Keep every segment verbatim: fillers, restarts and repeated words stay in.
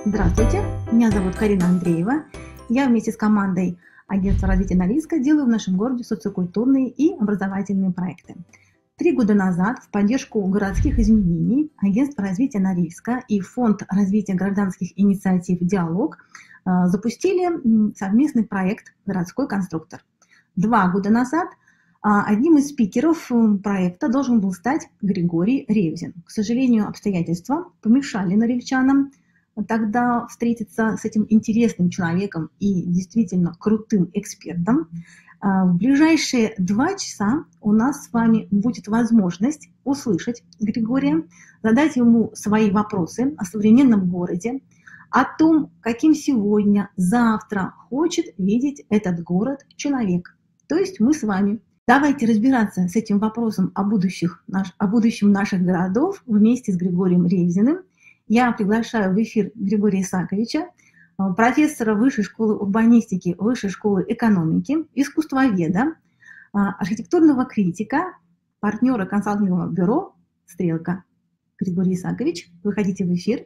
Здравствуйте, меня зовут Карина Андреева. Я вместе с командой Агентства развития Норильска делаю в нашем городе социокультурные и образовательные проекты. Три года назад в поддержку городских изменений Агентство развития Норильска и Фонд развития гражданских инициатив «Диалог» запустили совместный проект «Городской конструктор». Два года назад одним из спикеров проекта должен был стать Григорий Ревзин. К сожалению, обстоятельства помешали норильчанам тогда встретиться с этим интересным человеком и действительно крутым экспертом. В ближайшие два часа у нас с вами будет возможность услышать Григория, задать ему свои вопросы о современном городе, о том, каким сегодня, завтра хочет видеть этот город человек, то есть мы с вами. Давайте разбираться с этим вопросом о, будущих, о будущем наших городов вместе с Григорием Ревзиным. Я приглашаю в эфир Григория Исааковича, профессора Высшей школы урбанистики, Высшей школы экономики, искусствоведа, архитектурного критика, партнера консалтингового бюро «Стрелка». Григорий Исаакович, выходите в эфир.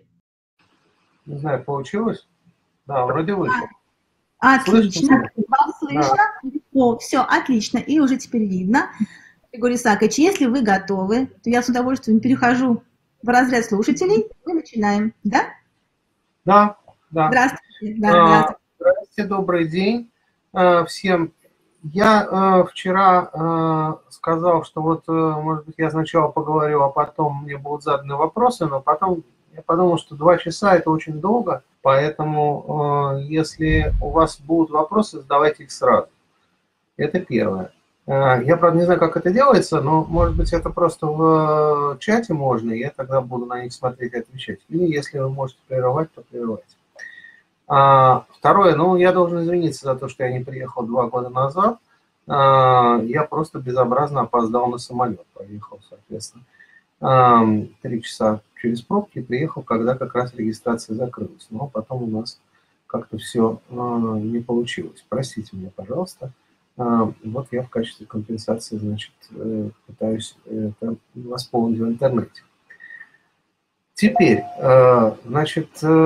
Не знаю, получилось? Да, вроде вышел. Отлично. Вам слышно? Да. О, все, отлично. И уже теперь видно. Григорий Исаакович, если вы готовы, то я с удовольствием перехожу в разряд слушателей. Мы начинаем, да? Да, да. Здравствуйте. Да, а, здравствуйте. Здравствуйте, добрый день а, всем. Я а, вчера а, сказал, что вот, а, может быть, я сначала поговорю, а потом мне будут заданы вопросы, но потом я подумал, что два часа это очень долго, поэтому э, если у вас будут вопросы, задавайте их сразу. Это первое. Э, я, правда, не знаю, как это делается, но, может быть, это просто в чате можно, и я тогда буду на них смотреть и отвечать. Или если вы можете прерывать, то прерывайте. А, второе, ну, я должен извиниться за то, что я не приехал два года назад. А, я просто безобразно опоздал на самолет, поехал, соответственно. Три часа через пробки приехал, когда как раз регистрация закрылась. Но потом у нас как-то все не получилось. Простите меня, пожалуйста. Вот я в качестве компенсации, значит, пытаюсь это восполнить в интернете. Теперь, значит,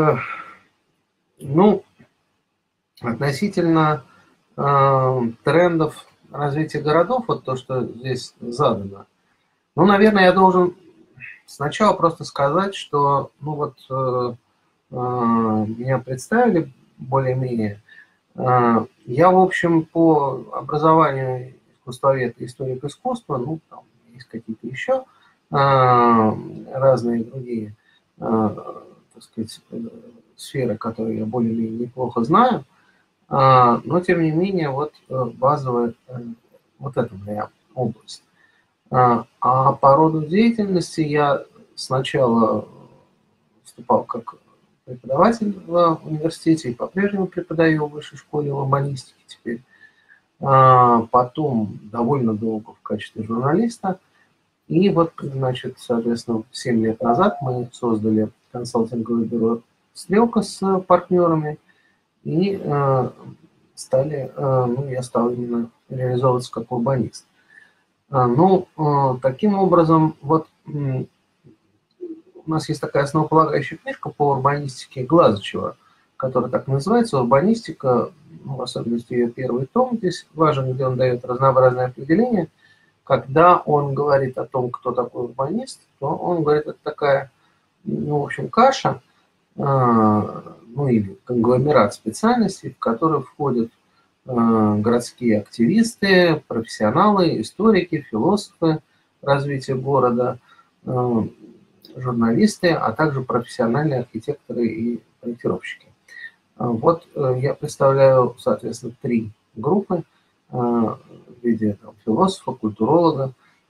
ну, относительно трендов развития городов, вот то, что здесь задано, ну, наверное, я должен сначала просто сказать, что, ну вот, э, э, меня представили более-менее. Э, я, в общем, по образованию искусствовед и историк искусства, ну, там есть какие-то еще э, разные другие, э, так сказать, сферы, которые я более-менее неплохо знаю, э, но, тем не менее, вот базовая э, вот эта моя область. А по роду деятельности я сначала выступал как преподаватель в университете и по-прежнему преподаю в Высшей школе урбанистики теперь. Потом довольно долго в качестве журналиста. И вот, значит, соответственно, семь лет назад мы создали консалтинговое бюро «Стрелка» с партнерами. И стали, ну, я стал именно реализовываться как урбанист. Ну, таким образом, вот у нас есть такая основополагающая книжка по урбанистике Глазычева, которая так называется «Урбанистика», ну, в особенности ее первый том, здесь важен, где он дает разнообразные определения. Когда он говорит о том, кто такой урбанист, то он говорит, это такая, ну, в общем, каша, ну, или конгломерат специальностей, в который входят городские активисты, профессионалы, историки, философы развития города, журналисты, а также профессиональные архитекторы и проектировщики. Вот я представляю, соответственно, три группы в виде там, философа, культуролога,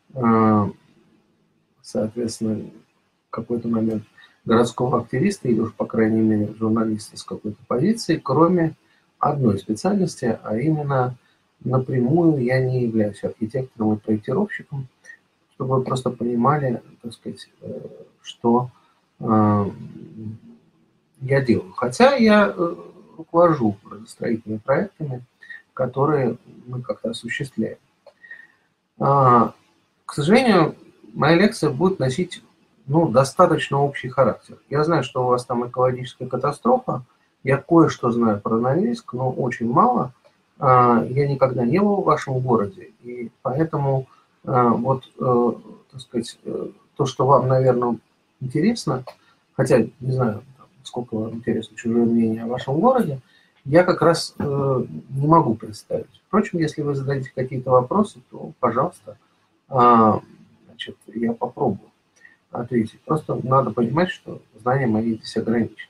соответственно, в какой-то момент городского активиста или уж, по крайней мере, журналиста с какой-то позицией, кроме одной специальности, а именно напрямую я не являюсь архитектором и проектировщиком, чтобы вы просто понимали, так сказать, что э, я делаю. Хотя я руковожу градостроительными проектами, которые мы как-то осуществляем. А, к сожалению, моя лекция будет носить ну, достаточно общий характер. Я знаю, что у вас там экологическая катастрофа. Я кое-что знаю про Норильск, но очень мало. Я никогда не был в вашем городе, и поэтому вот, так сказать, то, что вам, наверное, интересно, хотя не знаю, сколько вам интересно чужое мнение о вашем городе, я как раз не могу представить. Впрочем, если вы зададите какие-то вопросы, то, пожалуйста, значит, я попробую ответить. Просто надо понимать, что знания мои здесь ограничены.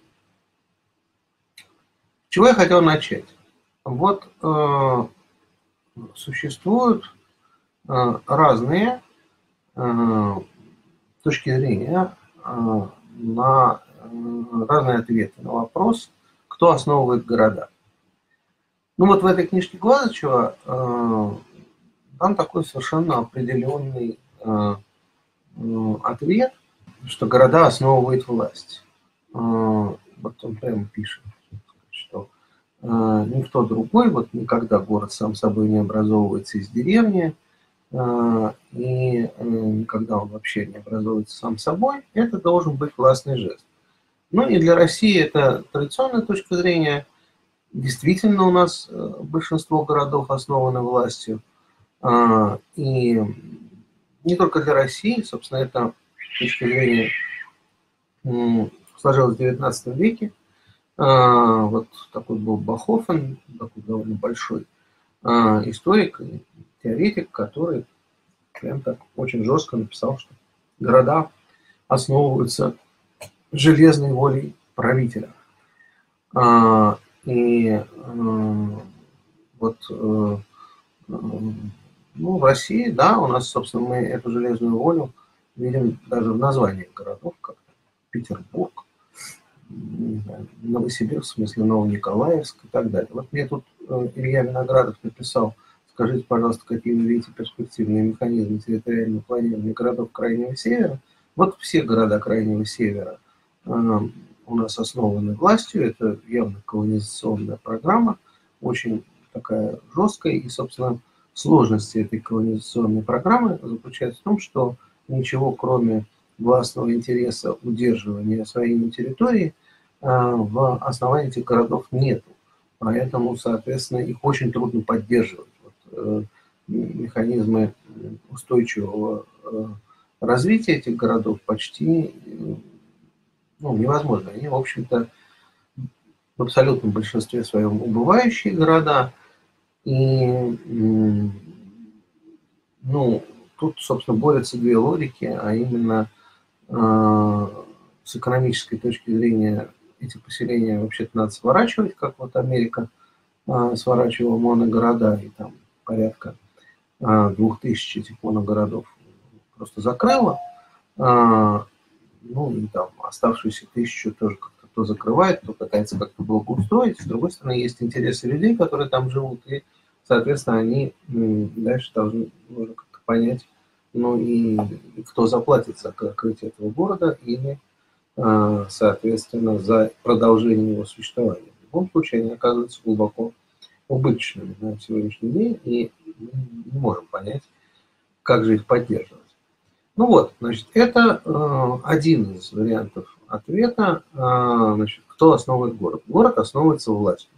С чего я хотел начать? Вот э, существуют э, разные э, точки зрения э, на э, разные ответы на вопрос, кто основывает города. Ну вот в этой книжке Глазычева э, там такой совершенно определенный э, э, ответ, что города основывает власть. Э, вот он прямо пишет, что э, никто другой, вот никогда город сам собой не образовывается из деревни, э, и э, никогда он вообще не образуется сам собой, это должен быть властный жест. Ну и для России это традиционная точка зрения. Действительно, у нас э, большинство городов основаны властью. Э, и не только для России, собственно, это точка зрения э, сложилась в девятнадцатом веке. Uh, вот такой был Бахофен, такой довольно большой uh, историк, теоретик, который прям так очень жестко написал, что города основываются железной волей правителя. Uh, и uh, вот uh, uh, ну, в России, да, у нас, собственно, мы эту железную волю видим даже в названиях городов, как Петербург, не знаю, Новосибирск, в смысле Новониколаевск и так далее. Вот мне тут Илья Виноградов написал: скажите, пожалуйста, какие вы видите перспективные механизмы территориального планирования городов Крайнего Севера. Вот все города Крайнего Севера э, у нас основаны властью, это явно колонизационная программа, очень такая жесткая, и, собственно, сложность этой колонизационной программы заключается в том, что ничего, кроме властного интереса удерживания своей территории, в основании этих городов нету. Поэтому, соответственно, их очень трудно поддерживать. Вот, механизмы устойчивого развития этих городов почти ну, невозможно. Они, в общем-то, в абсолютном большинстве своем убывающие города. И ну, тут, собственно, борются две логики, а именно с экономической точки зрения эти поселения вообще-то надо сворачивать, как вот Америка сворачивала моногорода, и там порядка двух тысяч этих моногородов просто закрыла. Ну и там оставшуюся тысячу тоже как-то то закрывает, то пытается как-то благоустроить. С другой стороны, есть интересы людей, которые там живут, и, соответственно, они дальше должны нужно как-то понять, ну и кто заплатит за открытие этого города или, соответственно, за продолжение его существования. В любом случае, они оказываются глубоко убыточными на сегодняшний день, и мы не можем понять, как же их поддерживать. Ну вот, значит, это э, один из вариантов ответа. Э, значит, кто основывает город? Город основывается властью.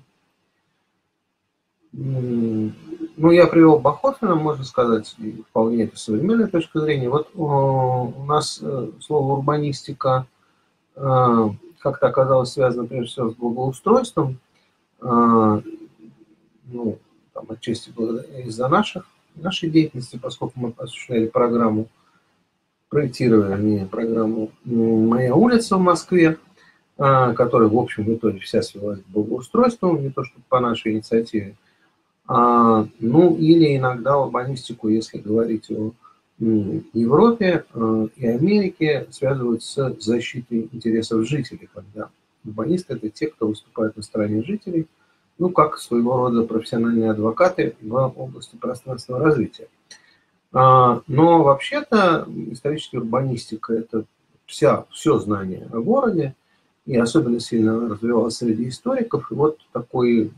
Ну, я привел Бахофена, можно сказать, и вполне это современная точка зрения. Вот э, у нас э, слово урбанистика э, как-то оказалось связано прежде всего с благоустройством. Э, ну, там, отчасти из-за наших, нашей деятельности, поскольку мы осуществляли программу проектирования, программу «Моя улица» в Москве, э, которая, в общем, в итоге вся свелась к благоустройству, не то что по нашей инициативе. А, ну, или иногда урбанистику, если говорить о м, Европе э, и Америке, связывают с защитой интересов жителей, когда урбанисты – это те, кто выступает на стороне жителей, ну, как своего рода профессиональные адвокаты в области пространственного развития. А, но вообще-то историческая урбанистика – это вся, все знание о городе, и особенно сильно она развивалась среди историков. И вот такой...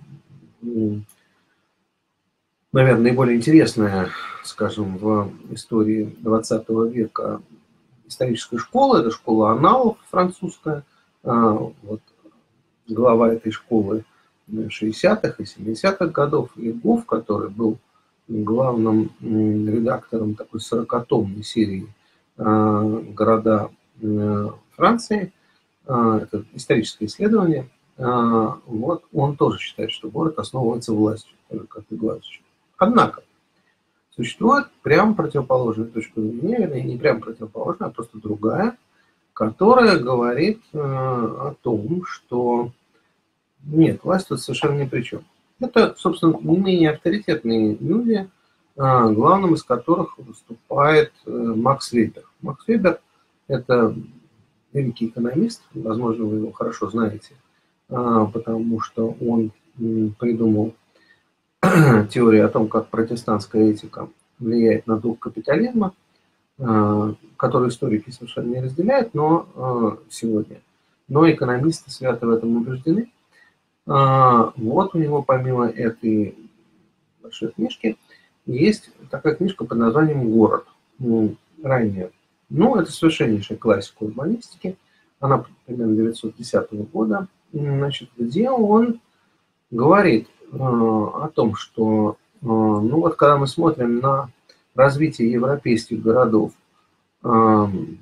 наверное, наиболее интересная, скажем, в истории двадцатого века исторической школы, это школа аналов французская. Вот глава этой школы шестидесятых и семидесятых годов, Легов, который был главным редактором такой сорокатомной серии «Города Франции», это историческое исследование, вот он тоже считает, что город основывается властью, как и Глазович. Однако, существует прямо противоположная точка зрения, вернее, не прямо противоположная, а просто другая, которая говорит о том, что нет, власть тут совершенно ни при чем. Это, собственно, не менее авторитетные люди, главным из которых выступает Макс Вебер. Макс Вебер – это великий экономист, возможно, вы его хорошо знаете, потому что он придумал теорию о том, как протестантская этика влияет на дух капитализма, которую историки совершенно не разделяют, но сегодня. Но экономисты свято в этом убеждены. Вот у него помимо этой большой книжки есть такая книжка под названием «Город». Ранее. Ну, это совершеннейшая классика урбанистики. Она примерно девятьсот десятого года. Значит, где он говорит о том, что, ну вот когда мы смотрим на развитие европейских городов ну,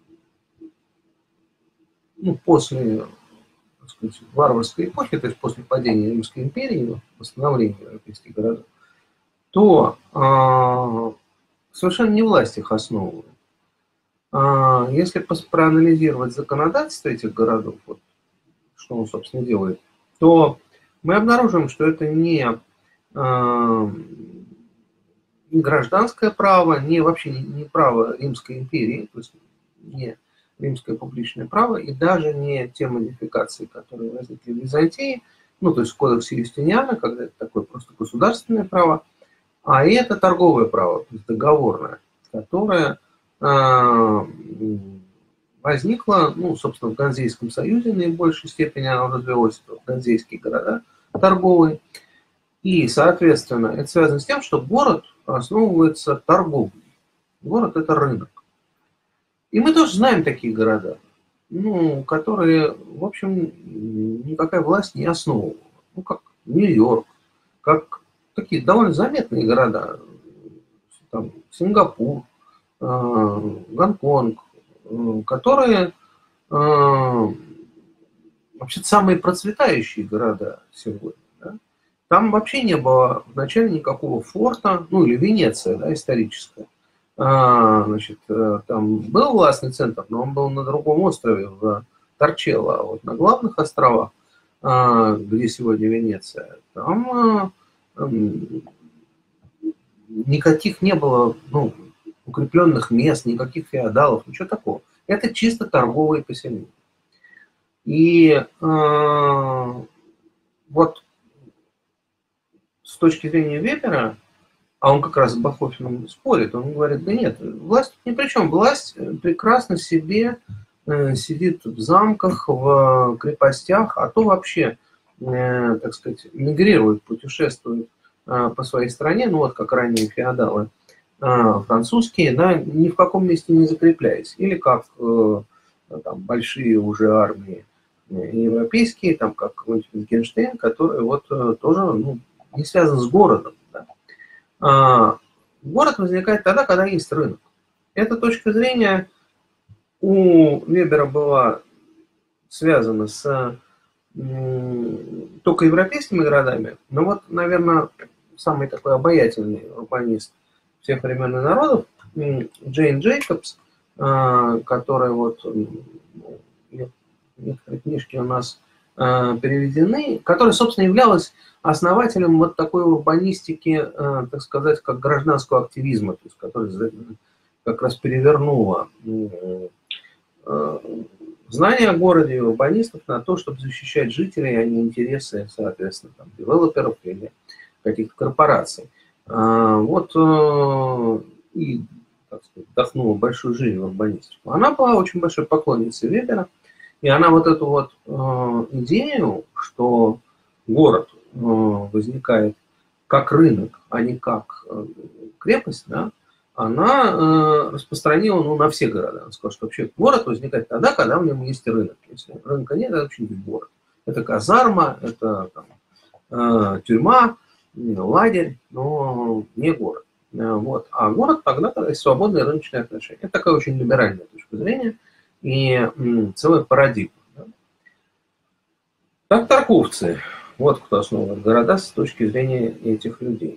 после, так сказать, варварской эпохи, то есть после падения Римской империи, восстановления европейских городов, то совершенно не власть их основывает. Если проанализировать законодательство этих городов, вот, что он, собственно, делает, то мы обнаружим, что это не, не гражданское право, не вообще не, не право Римской империи, то есть не римское публичное право, и даже не те модификации, которые возникли в Византии, ну, то есть в кодексе Юстиниана, когда это такое просто государственное право, а это торговое право, то есть договорное, которое возникла, ну, собственно, в Ганзейском союзе в наибольшей степени она развилась, в ганзейские города торговые. И, соответственно, это связано с тем, что город основывается торговлей. Город – это рынок. И мы тоже знаем такие города, ну, которые, в общем, никакая власть не основывала. Ну, как Нью-Йорк, как такие довольно заметные города, там, Сингапур, Гонконг, которые вообще самые процветающие города сегодня. Да? Там вообще не было вначале никакого форта, ну или Венеция, да, историческая. А, значит, там был властный центр, но он был на другом острове, в Торчелло. А вот на главных островах, а, где сегодня Венеция, там а, никаких не было, ну, укрепленных мест, никаких феодалов, ничего такого. Это чисто торговые поселения. И э, вот с точки зрения Вебера, а он как раз с Бахофеном спорит, он говорит, да нет, власть ни при чем. Власть прекрасно себе э, сидит в замках, в крепостях, а то вообще, э, так сказать, мигрирует, путешествует э, по своей стране, ну вот как ранние феодалы, французские, да, ни в каком месте не закрепляясь. Или как э, там, большие уже армии европейские, там, как Wittgenstein, которые вот э, тоже ну, не связаны с городом. Да. А, город возникает тогда, когда есть рынок. Эта точка зрения у Вебера была связана с м, только европейскими городами, но вот, наверное, самый такой обаятельный урбанист всех времен и народов, Джейн Джейкобс, которая вот, некоторые книжки у нас переведены, которая, собственно, являлась основателем вот такой урбанистики, так сказать, как гражданского активизма, то есть, которая как раз перевернула знания о городе и урбанистов на то, чтобы защищать жителей, а не интересы, соответственно, там, девелоперов или каких-то корпораций. Вот и, так сказать, вдохнула большую жизнь в урбанистику. Она была очень большой поклонницей Вебера, и она вот эту вот идею, что город возникает как рынок, а не как крепость, да, она э, распространила ну, на все города. Она сказала, что вообще город возникает тогда, когда в нем есть рынок. Если рынка нет, это вообще не город. Это казарма, это там, э, тюрьма, лагерь, но не город. Э, вот. А город тогда, когда есть свободные рыночные отношения. Это такая очень либеральная точка зрения и м, целая парадигма. Да? Так торговцы. Вот кто основывает города с точки зрения этих людей.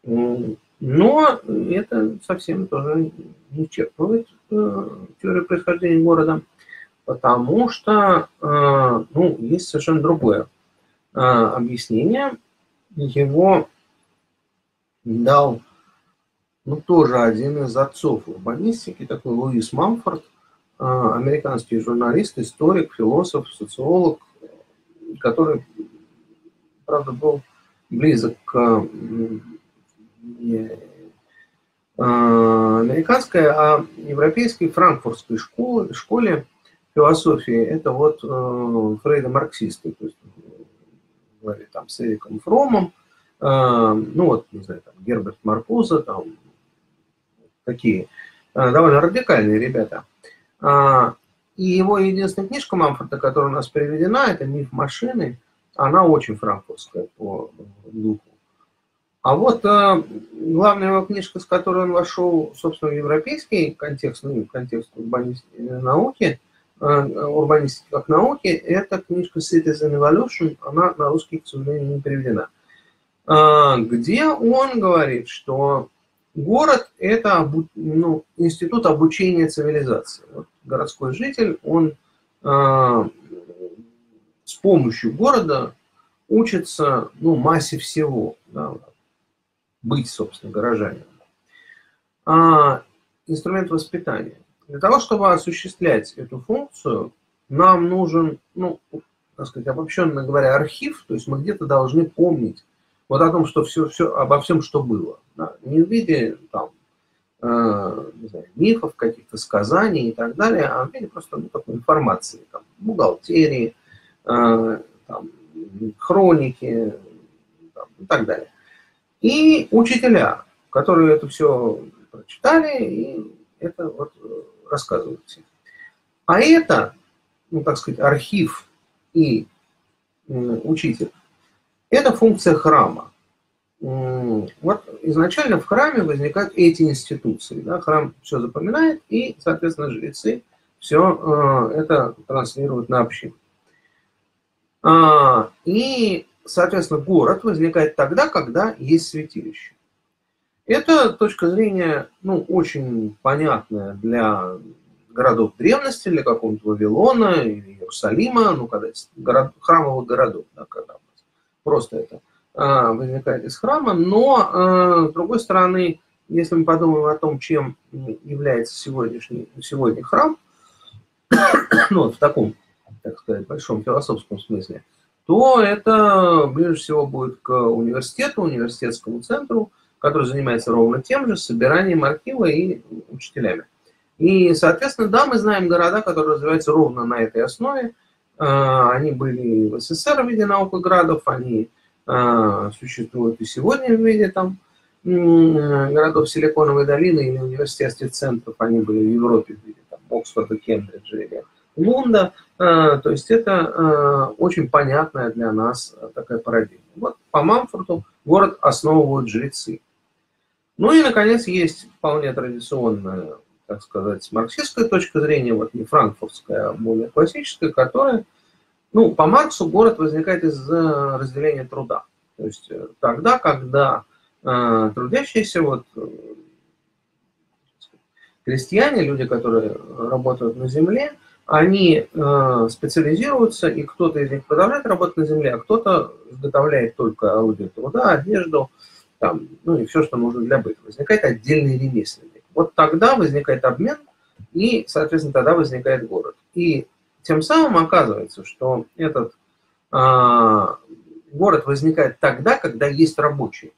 Но это совсем тоже не исчерпывает э, теорию происхождения города, потому что э, ну, есть совершенно другое э, объяснение. Его дал ну, тоже один из отцов урбанистики, такой Луис Мамфорд, э, американский журналист, историк, философ, социолог, который, правда, был близок к не американской, а европейской франкфуртской школе, школе философии. Это вот э, фрейдо-марксисты, то есть говорили там с Эриком Фромом, э, ну вот, не знаю, там, Герберт Маркузе, там такие э, довольно радикальные ребята. А, и его единственная книжка Мамфорда, которая у нас переведена, это «Миф машины», она очень франкфуртская по духу. А вот э, главная его книжка, с которой он вошел, собственно, в европейский контекст, ну, контекст урбанистики, науки, э, урбанистики как науки, это книжка Citizen Evolution, она на русский, к сожалению, не переведена. Э, где он говорит, что город – это ну, институт обучения цивилизации. Вот городской житель, он э, с помощью города учится ну, массе всего, да, быть, собственно, горожанином. А, инструмент воспитания. Для того, чтобы осуществлять эту функцию, нам нужен, ну, так сказать, обобщенно говоря, архив, то есть мы где-то должны помнить вот о том, что все, все, обо всем, что было. Да? Не в виде там, э, не знаю, мифов, каких-то сказаний и так далее, а в виде просто ну, такой информации, там, бухгалтерии, э, там, хроники там, и так далее. И учителя, которые это все прочитали и это вот рассказывают всем. А это, ну так сказать, архив и учитель, это функция храма. Вот изначально в храме возникают эти институции. Да? Храм все запоминает, и, соответственно, жрецы все это транслируют на общину. И соответственно, город возникает тогда, когда есть святилище. Это точка зрения ну, очень понятная для городов древности, для какого-нибудь Вавилона или Иерусалима, ну, когда есть город, храмовых городов, да, когда просто это а, возникает из храма. Но, а, с другой стороны, если мы подумаем о том, чем является сегодняшний, сегодня храм, ну, вот в таком, так сказать, большом философском смысле, то это ближе всего будет к университету, университетскому центру, который занимается ровно тем же, собиранием архива и учителями. И, соответственно, да, мы знаем города, которые развиваются ровно на этой основе. Они были в СССР в виде наукоградов, они существуют и сегодня в виде там, городов Силиконовой долины или университетских центров. Они были в Европе в виде там, Оксфорда, Кембриджа или Лунда. То есть это очень понятная для нас такая парадигма. Вот по Мамфорту город основывают жрецы. Ну и, наконец, есть вполне традиционная, так сказать, марксистская точка зрения, вот не франкфуртская, а более классическая, которая, ну, по Марксу город возникает из разделения труда. То есть тогда, когда э, трудящиеся, вот, крестьяне, люди, которые работают на земле, они э, специализируются, и кто-то из них продолжает работать на земле, а кто-то изготовляет только орудие труда, одежду, там, ну и все, что нужно для быта. Возникает отдельный ремесленник. Вот тогда возникает обмен, и, соответственно, тогда возникает город. И тем самым оказывается, что этот э, город возникает тогда, когда есть рабочие.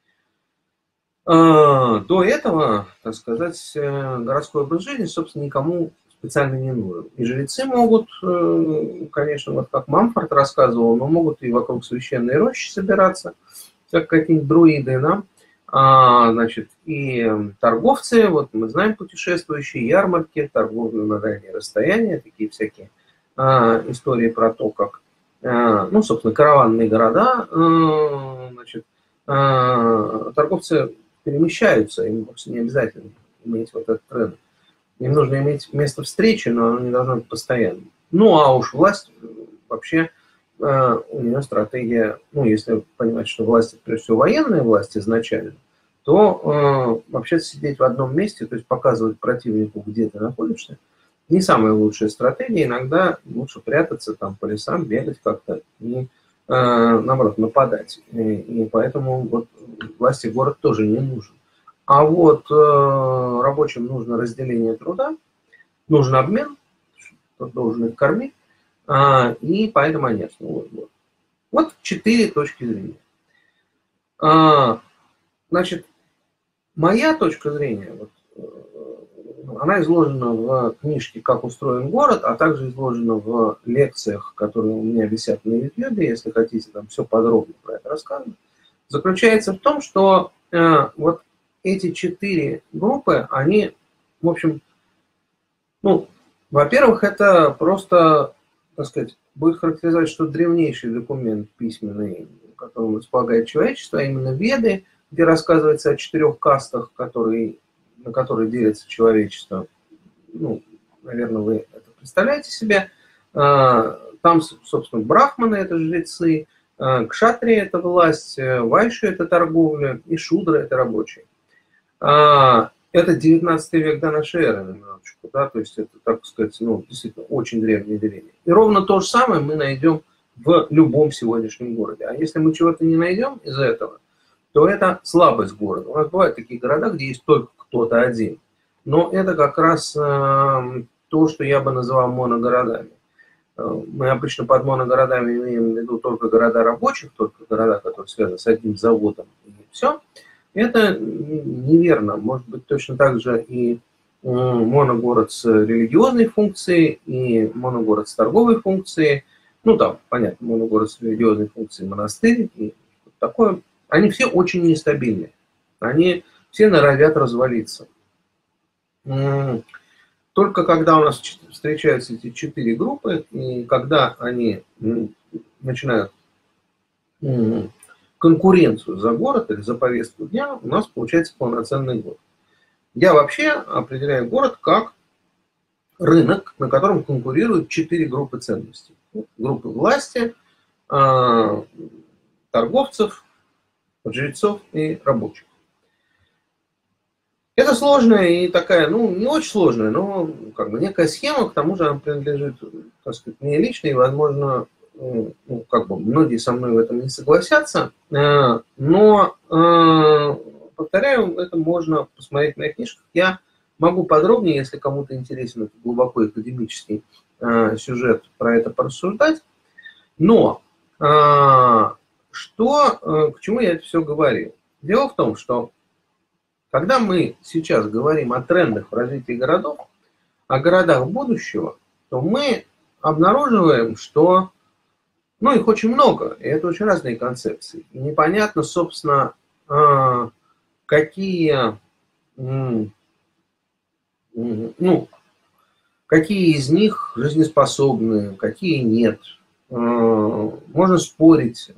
Э, до этого, так сказать, городской образ жизни, собственно, никому специально не нужен. И жрецы могут, конечно, вот как Мамфорд рассказывал, но могут и вокруг священной рощи собираться, как какие-нибудь друиды, да? А, значит, и торговцы, вот мы знаем путешествующие, ярмарки, торговлю на дальние расстояния, такие всякие а, истории про то, как, а, ну, собственно, караванные города, а, значит, а, торговцы перемещаются, им вовсе не обязательно иметь вот этот тренд. Им нужно иметь место встречи, но оно не должно быть постоянным. Ну, а уж власть вообще, э, у нее стратегия, ну, если понимать, что власть, это прежде всего военная власть изначально, то э, вообще сидеть в одном месте, то есть показывать противнику, где ты находишься, не самая лучшая стратегия. Иногда лучше прятаться там по лесам, бегать как-то и, э, наоборот, нападать. И, и поэтому вот власти город тоже не нужен. А вот э, рабочим нужно разделение труда, нужен обмен, кто должен их кормить, а, и поэтому они основывают город. Вот четыре точки зрения. А, значит, моя точка зрения, вот, э, она изложена в книжке «Как устроен город», а также изложена в лекциях, которые у меня висят на YouTube, если хотите там все подробно про это рассказывать, заключается в том, что э, вот эти четыре группы, они, в общем, ну, во-первых, это просто, так сказать, будет характеризовать, что древнейший документ письменный, которым располагает человечество, а именно Веды, где рассказывается о четырех кастах, которые, на которые делится человечество. Ну, наверное, вы это представляете себе. Там, собственно, брахманы – это жрецы, кшатрии – это власть, вайши – это торговля, и шудры – это рабочие. Это девятнадцатый век до нашей эры, на минуточку, да, то есть это, так сказать, ну, действительно очень древнее деление. И ровно то же самое мы найдем в любом сегодняшнем городе. А если мы чего-то не найдем из этого, то это слабость города. У нас бывают такие города, где есть только кто-то один. Но это как раз э, то, что я бы называл моногородами. Мы обычно под моногородами имеем в виду только города рабочих, только города, которые связаны с одним заводом, и все. Это неверно. Может быть, точно так же и моногород с религиозной функцией, и моногород с торговой функцией. Ну, там, понятно, моногород с религиозной функцией, монастырь и такое. Они все очень нестабильны. Они все норовят развалиться. Только когда у нас встречаются эти четыре группы, и когда они начинают конкуренцию за город или за повестку дня, у нас получается полноценный город. Я вообще определяю город как рынок, на котором конкурируют четыре группы ценностей. Группы власти, торговцев, жрецов и рабочих. Это сложная и такая, ну, не очень сложная, но как бы некая схема, к тому же она принадлежит, так сказать, мне лично, и, возможно, ну, как бы многие со мной в этом не согласятся, но, повторяю, это можно посмотреть в моих книжках. Я могу подробнее, если кому-то интересен этот глубоко академический сюжет, про это порассуждать. Но что, к чему я это все говорил? Дело в том, что когда мы сейчас говорим о трендах в развитии городов, о городах будущего, то мы обнаруживаем, что, ну, их очень много, и это очень разные концепции. И непонятно, собственно, какие, ну, какие из них жизнеспособны, какие нет. Можно спорить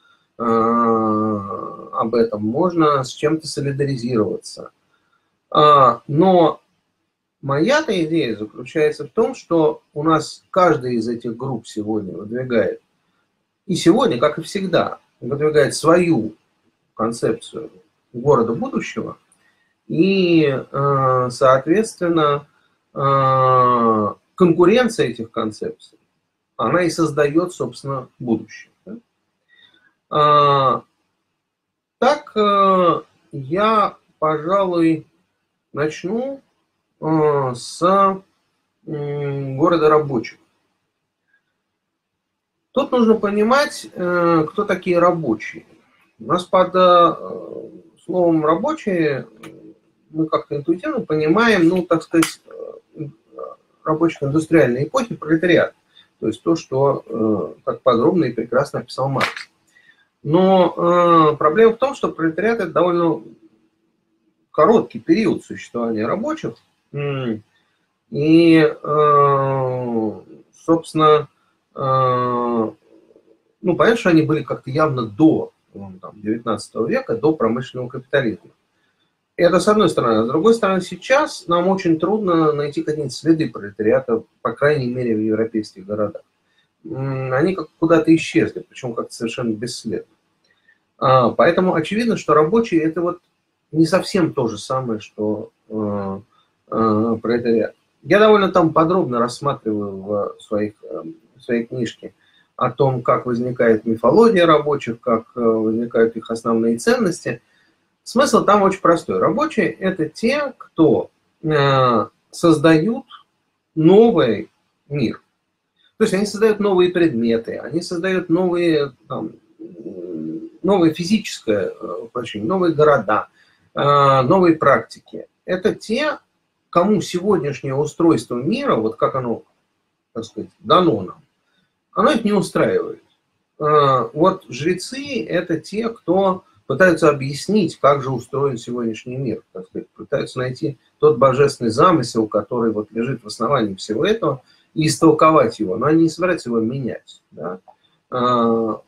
об этом, можно с чем-то солидаризироваться. Но моя-то идея заключается в том, что у нас каждая из этих групп сегодня выдвигает, и сегодня, как и всегда, выдвигает свою концепцию города будущего, и, соответственно, конкуренция этих концепций, она и создает, собственно, будущее. Так, я, пожалуй, начну с города рабочих. Тут нужно понимать, кто такие рабочие. У нас под словом «рабочие» мы как-то интуитивно понимаем, ну, так сказать, рабочих индустриальной эпохи пролетариат. То есть то, что так подробно и прекрасно описал Маркс. Но э, проблема в том, что пролетариат – это довольно короткий период существования рабочих. И, э, собственно, э, ну, понятно, что они были как-то явно до там, девятнадцатого века, до промышленного капитализма. Это с одной стороны. А с другой стороны, сейчас нам очень трудно найти какие-нибудь следы пролетариата, по крайней мере, в европейских городах. Они как куда-то исчезли, причем как-то совершенно бесследно. А, поэтому очевидно, что рабочие – это вот не совсем то же самое, что э, э, пролетариат. Я довольно там подробно рассматриваю в, своих, в своей книжке о том, как возникает мифология рабочих, как возникают их основные ценности. Смысл там очень простой. Рабочие – это те, кто э, создают новый мир. То есть они создают новые предметы, они создают новые, там, новое физическое воплощение, новые города, э, новые практики. Это те, кому сегодняшнее устройство мира, вот как оно, так сказать, дано нам, оно их не устраивает. Э, вот жрецы – это те, кто пытаются объяснить, как же устроен сегодняшний мир, так сказать, пытаются найти тот божественный замысел, который вот лежит в основании всего этого, и истолковать его, но они не собираются его менять. Да? А,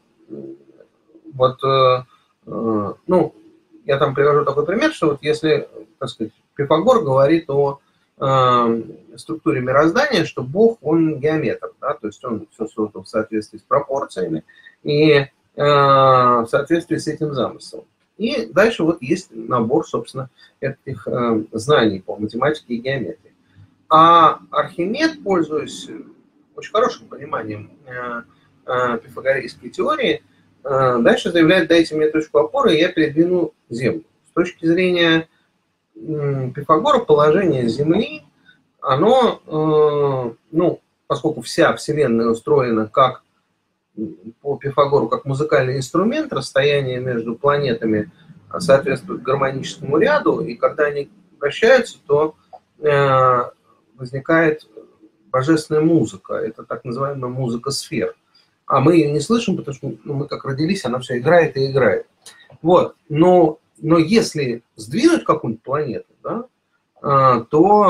вот, а, ну, я там привожу такой пример, что вот если, так сказать, Пифагор говорит о а, структуре мироздания, что Бог, он геометр, да? То есть он все создал в соответствии с пропорциями и в соответствии с этим замыслом. И дальше вот есть набор, собственно, этих э, знаний по математике и геометрии. А Архимед, пользуясь очень хорошим пониманием э, э, пифагорейской теории, э, дальше заявляет: дайте мне точку опоры, и я передвину Землю. С точки зрения э, Пифагора положение Земли, оно, э, ну, поскольку вся Вселенная устроена как по Пифагору как музыкальный инструмент, расстояние между планетами соответствует гармоническому ряду, и когда они вращаются, то э, возникает божественная музыка, это так называемая музыка сфер. А мы ее не слышим, потому что ну, мы как родились, она все играет и играет. Вот. Но, но если сдвинуть какую-нибудь планету, да, э,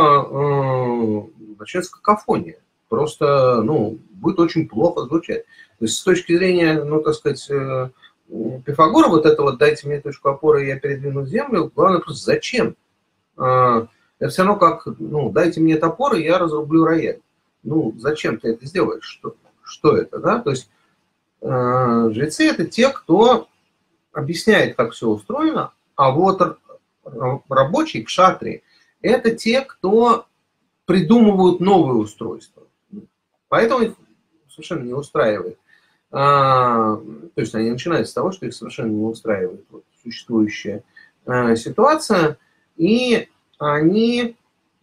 то э, начнется какофония. Просто, ну, будет очень плохо звучать. То есть с точки зрения, ну, так сказать, Пифагора, вот это вот «дайте мне точку опоры, и я передвину Землю», главное просто зачем? Это все равно как, ну, «дайте мне топор, и я разрублю рояль». Ну, зачем ты это сделаешь? Что, что это, да? То есть жрецы – это те, кто объясняет, как все устроено, а вот рабочие, кшатри – это те, кто придумывают новые устройства. Поэтому их совершенно не устраивает. А, то есть они начинают с того, что их совершенно не устраивает вот, существующая а, ситуация, и они,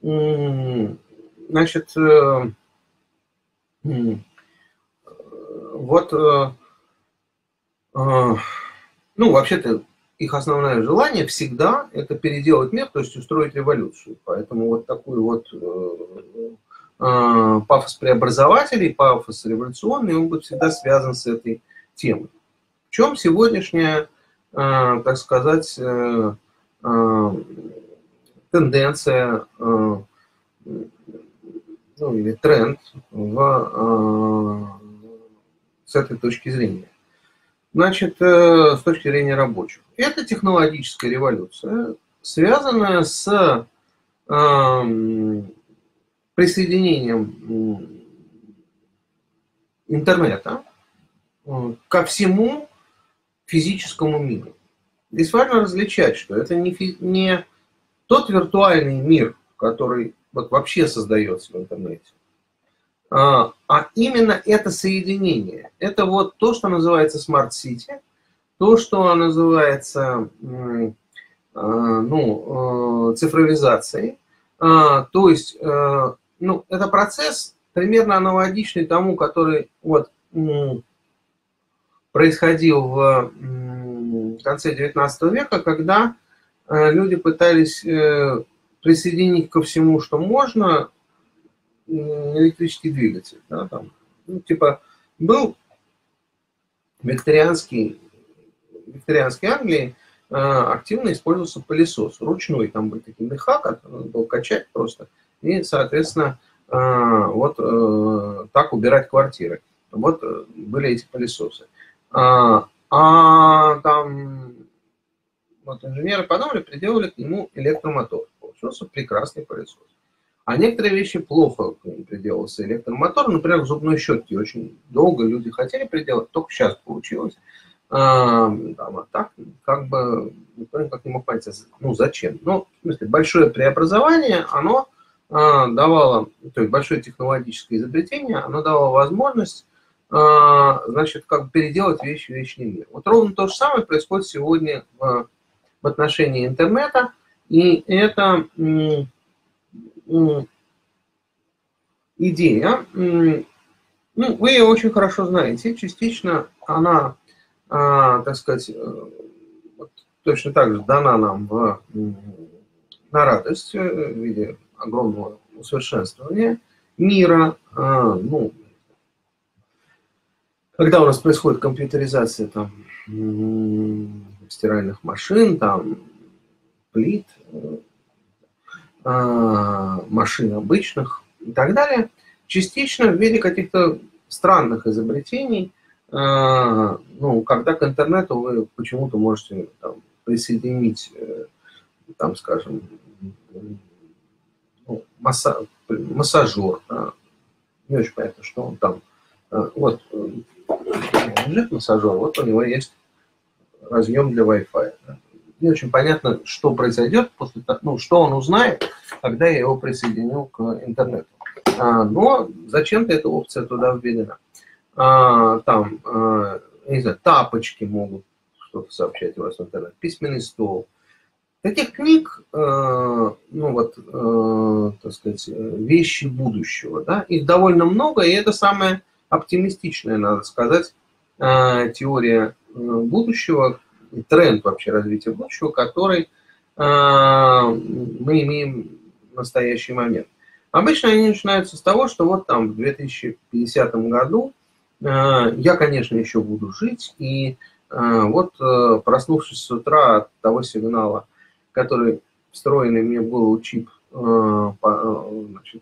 значит, а, вот, а, а, ну, вообще-то их основное желание всегда это переделать мир, то есть устроить революцию. Поэтому вот такой вот пафос преобразователей, пафос революционный, он будет всегда связан с этой темой. В чем сегодняшняя, так сказать, тенденция, ну, или тренд в, с этой точки зрения? Значит, с точки зрения рабочих. Это технологическая революция, связанная с присоединением интернета ко всему физическому миру. Здесь важно различать, что это не, фи, не тот виртуальный мир, который вот вообще создается в интернете, а, а именно это соединение. Это вот то, что называется Smart City, то, что называется ну, цифровизацией. То есть, ну, это процесс примерно аналогичный тому, который вот происходил в конце девятнадцатого века, когда люди пытались присоединить ко всему, что можно, электрический двигатель. Да, там, ну, типа, был викторианский викторианской Англии активно использовался пылесос. Ручной, там был такой меха, который надо было качать просто. И, соответственно, вот так убирать квартиры. Вот были эти пылесосы. А, а там вот инженеры подумали, приделали к нему электромотор. Получился прекрасный пылесос. А некоторые вещи плохо приделался электромотор. Например, к зубной щетке очень долго люди хотели приделать, только сейчас получилось. А, там, а так, как бы, никто никак не мог понять, ну, зачем. Ну, в смысле, большое преобразование, оно а, давало, то есть большое технологическое изобретение, оно давало возможность, а, значит, как бы переделать вещи в вечный мир. Вот ровно то же самое происходит сегодня в, в отношении интернета, и это м, м, идея, м, ну, вы ее очень хорошо знаете, частично она, а, так сказать, вот, точно так же дана нам в, на радость в виде огромного усовершенствования мира. А, ну, когда у нас происходит компьютеризация там, стиральных машин, там, плит, а, машин обычных и так далее, частично в виде каких-то странных изобретений, ну, когда к интернету вы почему-то можете там, присоединить, там, скажем, ну, масса, массажер, да, не очень понятно, что он там, вот, лежит массажер, вот у него есть разъем для Wi-Fi. Да. Не очень понятно, что произойдет после того, ну, что он узнает, когда я его присоединю к интернету. Но зачем-то эта опция туда введена. А, там, а, не знаю, тапочки могут что-то сообщать у вас в интернет, письменный стол. Таких книг, э, ну вот, э, так сказать, вещи будущего, да, их довольно много, и это самая оптимистичная, надо сказать, э, теория будущего, тренд вообще развития будущего, который э, мы имеем в настоящий момент. Обычно они начинаются с того, что вот там в две тысячи пятидесятом году я, конечно, еще буду жить, и вот, проснувшись с утра от того сигнала, который встроенный мне в голову чип, значит,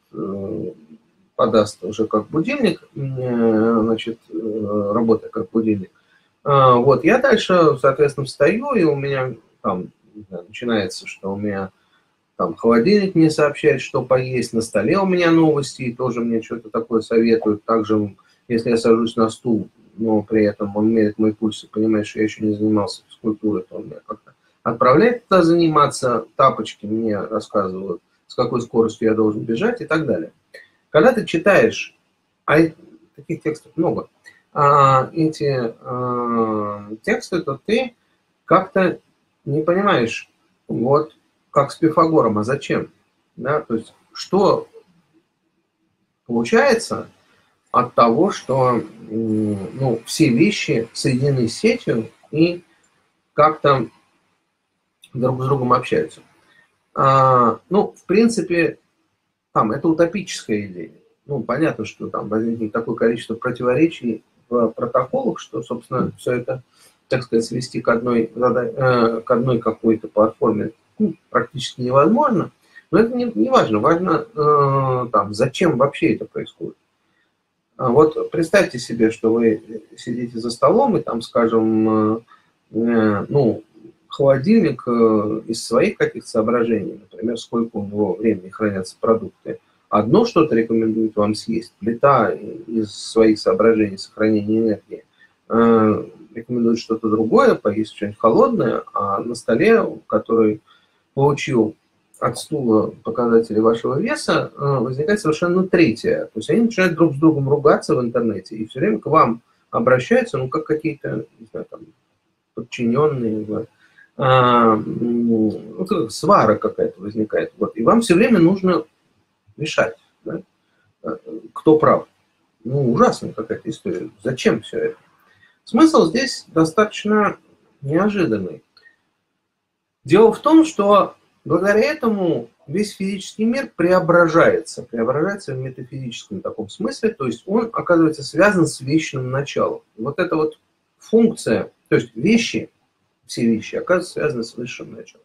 подаст уже как будильник, значит, работая как будильник, вот, я дальше, соответственно, встаю, и у меня там начинается, что у меня там холодильник мне сообщает, что поесть, на столе у меня новости, и тоже мне что-то такое советуют, также если я сажусь на стул, но при этом он меряет мой пульс и понимает, что я еще не занимался физкультурой, то он меня как-то отправляет туда заниматься, тапочки мне рассказывают, с какой скоростью я должен бежать и так далее. Когда ты читаешь, а таких текстов много, а, эти а, тексты, то ты как-то не понимаешь, вот как с Пифагором, а зачем? Да? То есть, что получается от того, что ну, все вещи соединены с сетью и как-то друг с другом общаются. А, ну, в принципе, там, это утопическая идея. Ну, понятно, что там возникнет такое количество противоречий в протоколах, что, собственно, все это, так сказать, свести к одной, э, к одной какой-то платформе ну, практически невозможно. Но это не, не важно. Важно, э, там, зачем вообще это происходит. Вот представьте себе, что вы сидите за столом и там, скажем, э, ну, холодильник э, из своих каких-то соображений, например, сколько у него времени хранятся продукты, одно что-то рекомендует вам съесть, плита из своих соображений сохранения энергии э, рекомендует что-то другое, поесть что-нибудь холодное, а на столе, который получил от стула показатели вашего веса, возникает совершенно третье. То есть они начинают друг с другом ругаться в интернете и все время к вам обращаются, ну, как какие-то, не знаю, там, подчиненные, а, ну, свара какая-то возникает. Вот. И вам все время нужно решать, да, кто прав. Ну, ужасная какая-то история. Зачем все это? Смысл здесь достаточно неожиданный. Дело в том, что благодаря этому весь физический мир преображается, преображается в метафизическом таком смысле, то есть он оказывается связан с вечным началом. Вот эта вот функция, то есть вещи, все вещи, оказывается, связаны с высшим началом.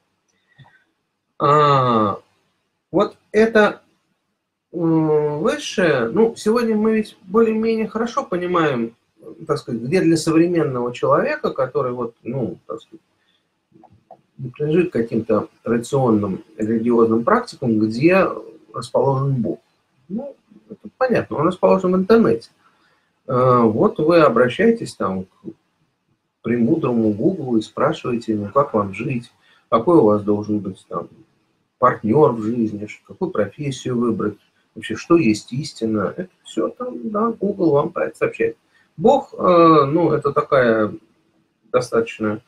А, вот это высшее, ну, сегодня мы ведь более-менее хорошо понимаем, так сказать, где для современного человека, который вот, ну, так сказать, не принадлежит каким-то традиционным религиозным практикам, где расположен Бог. Ну, это понятно, он расположен в интернете. Вот вы обращаетесь там к премудрому Гуглу и спрашиваете, ну, как вам жить, какой у вас должен быть там партнер в жизни, какую профессию выбрать, вообще, что есть истина. Это все там, да, Google вам про это сообщает. Бог, ну, это такая достаточно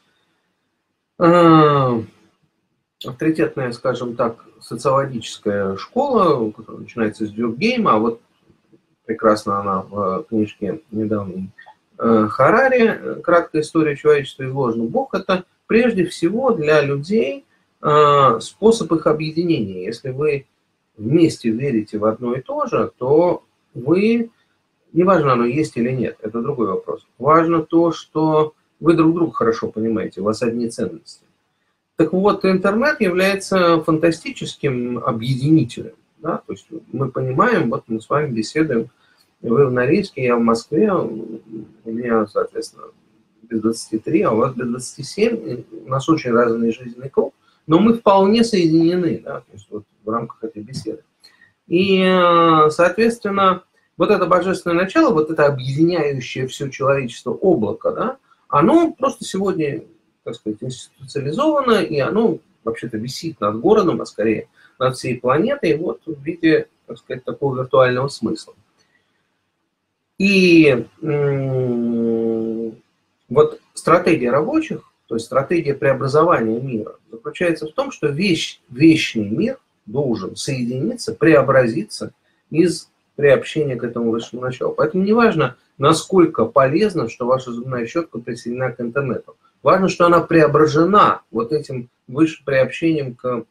авторитетная, скажем так, социологическая школа, которая начинается с Дюркгейма, а вот прекрасно она в книжке недавней Харари «Краткая история человечества» изложена. Бог – это прежде всего для людей способ их объединения. Если вы вместе верите в одно и то же, то вы, неважно, оно есть или нет, это другой вопрос. Важно то, что вы друг друга хорошо понимаете, у вас одни ценности. Так вот, интернет является фантастическим объединителем. Да? То есть мы понимаем, вот мы с вами беседуем, вы в Норильске, я в Москве, у меня, соответственно, без двадцати трёх, а у вас без двадцати семи, у нас очень разный жизненный круг, но мы вполне соединены, да, то есть вот в рамках этой беседы. И, соответственно, вот это божественное начало, вот это объединяющее все человечество облако, да, оно просто сегодня, так сказать, институциализовано, и оно вообще-то висит над городом, а скорее над всей планетой, вот в виде, так сказать, такого виртуального смысла. И вот стратегия рабочих, то есть стратегия преобразования мира, заключается в том, что вещь, вечный мир должен соединиться, преобразиться из приобщения к этому высшему началу. Поэтому не важно, насколько полезно, что ваша зубная щетка присоединена к интернету. Важно, что она преображена вот этим высшим приобщением к,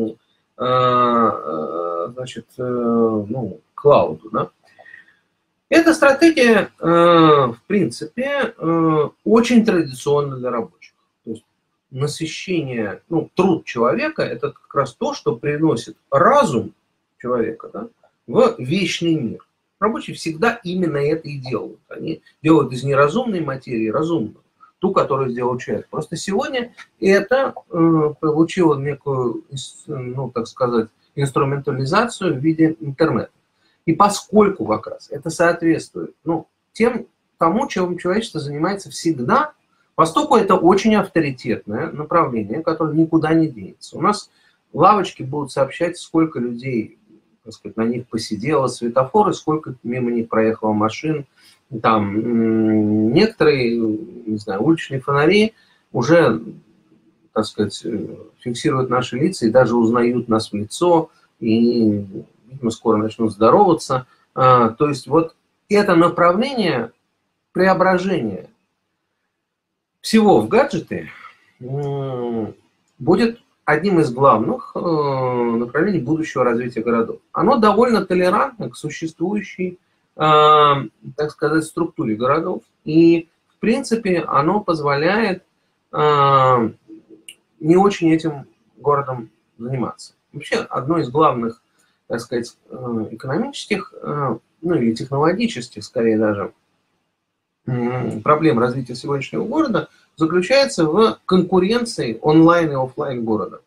значит, ну, клауду. Да? Эта стратегия, в принципе, очень традиционна для рабочих. То есть насыщение, ну, труд человека – это как раз то, что приносит разум человека, да, в вечный мир. Рабочие всегда именно это и делают. Они делают из неразумной материи разумную, ту, которую сделал человек. Просто сегодня это получило некую, ну, так сказать, инструментализацию в виде интернета. И поскольку как раз это соответствует, ну, тем, тому, чем человечество занимается всегда, поскольку это очень авторитетное направление, которое никуда не денется. У нас лавочки будут сообщать, сколько людей, так сказать, на них посидело, светофоры, сколько мимо них проехало машин. Там некоторые, не знаю, уличные фонари уже, так сказать, фиксируют наши лица и даже узнают нас в лицо, и мы скоро начнут здороваться. То есть вот это направление преображения всего в гаджеты будет одним из главных направлений будущего развития городов. Оно довольно толерантно к существующей, так сказать, структуре городов. И, в принципе, оно позволяет не очень этим городом заниматься. Вообще, одно из главных, так сказать, экономических, ну или технологических, скорее даже, проблем развития сегодняшнего города заключается в конкуренции онлайн и офлайн города.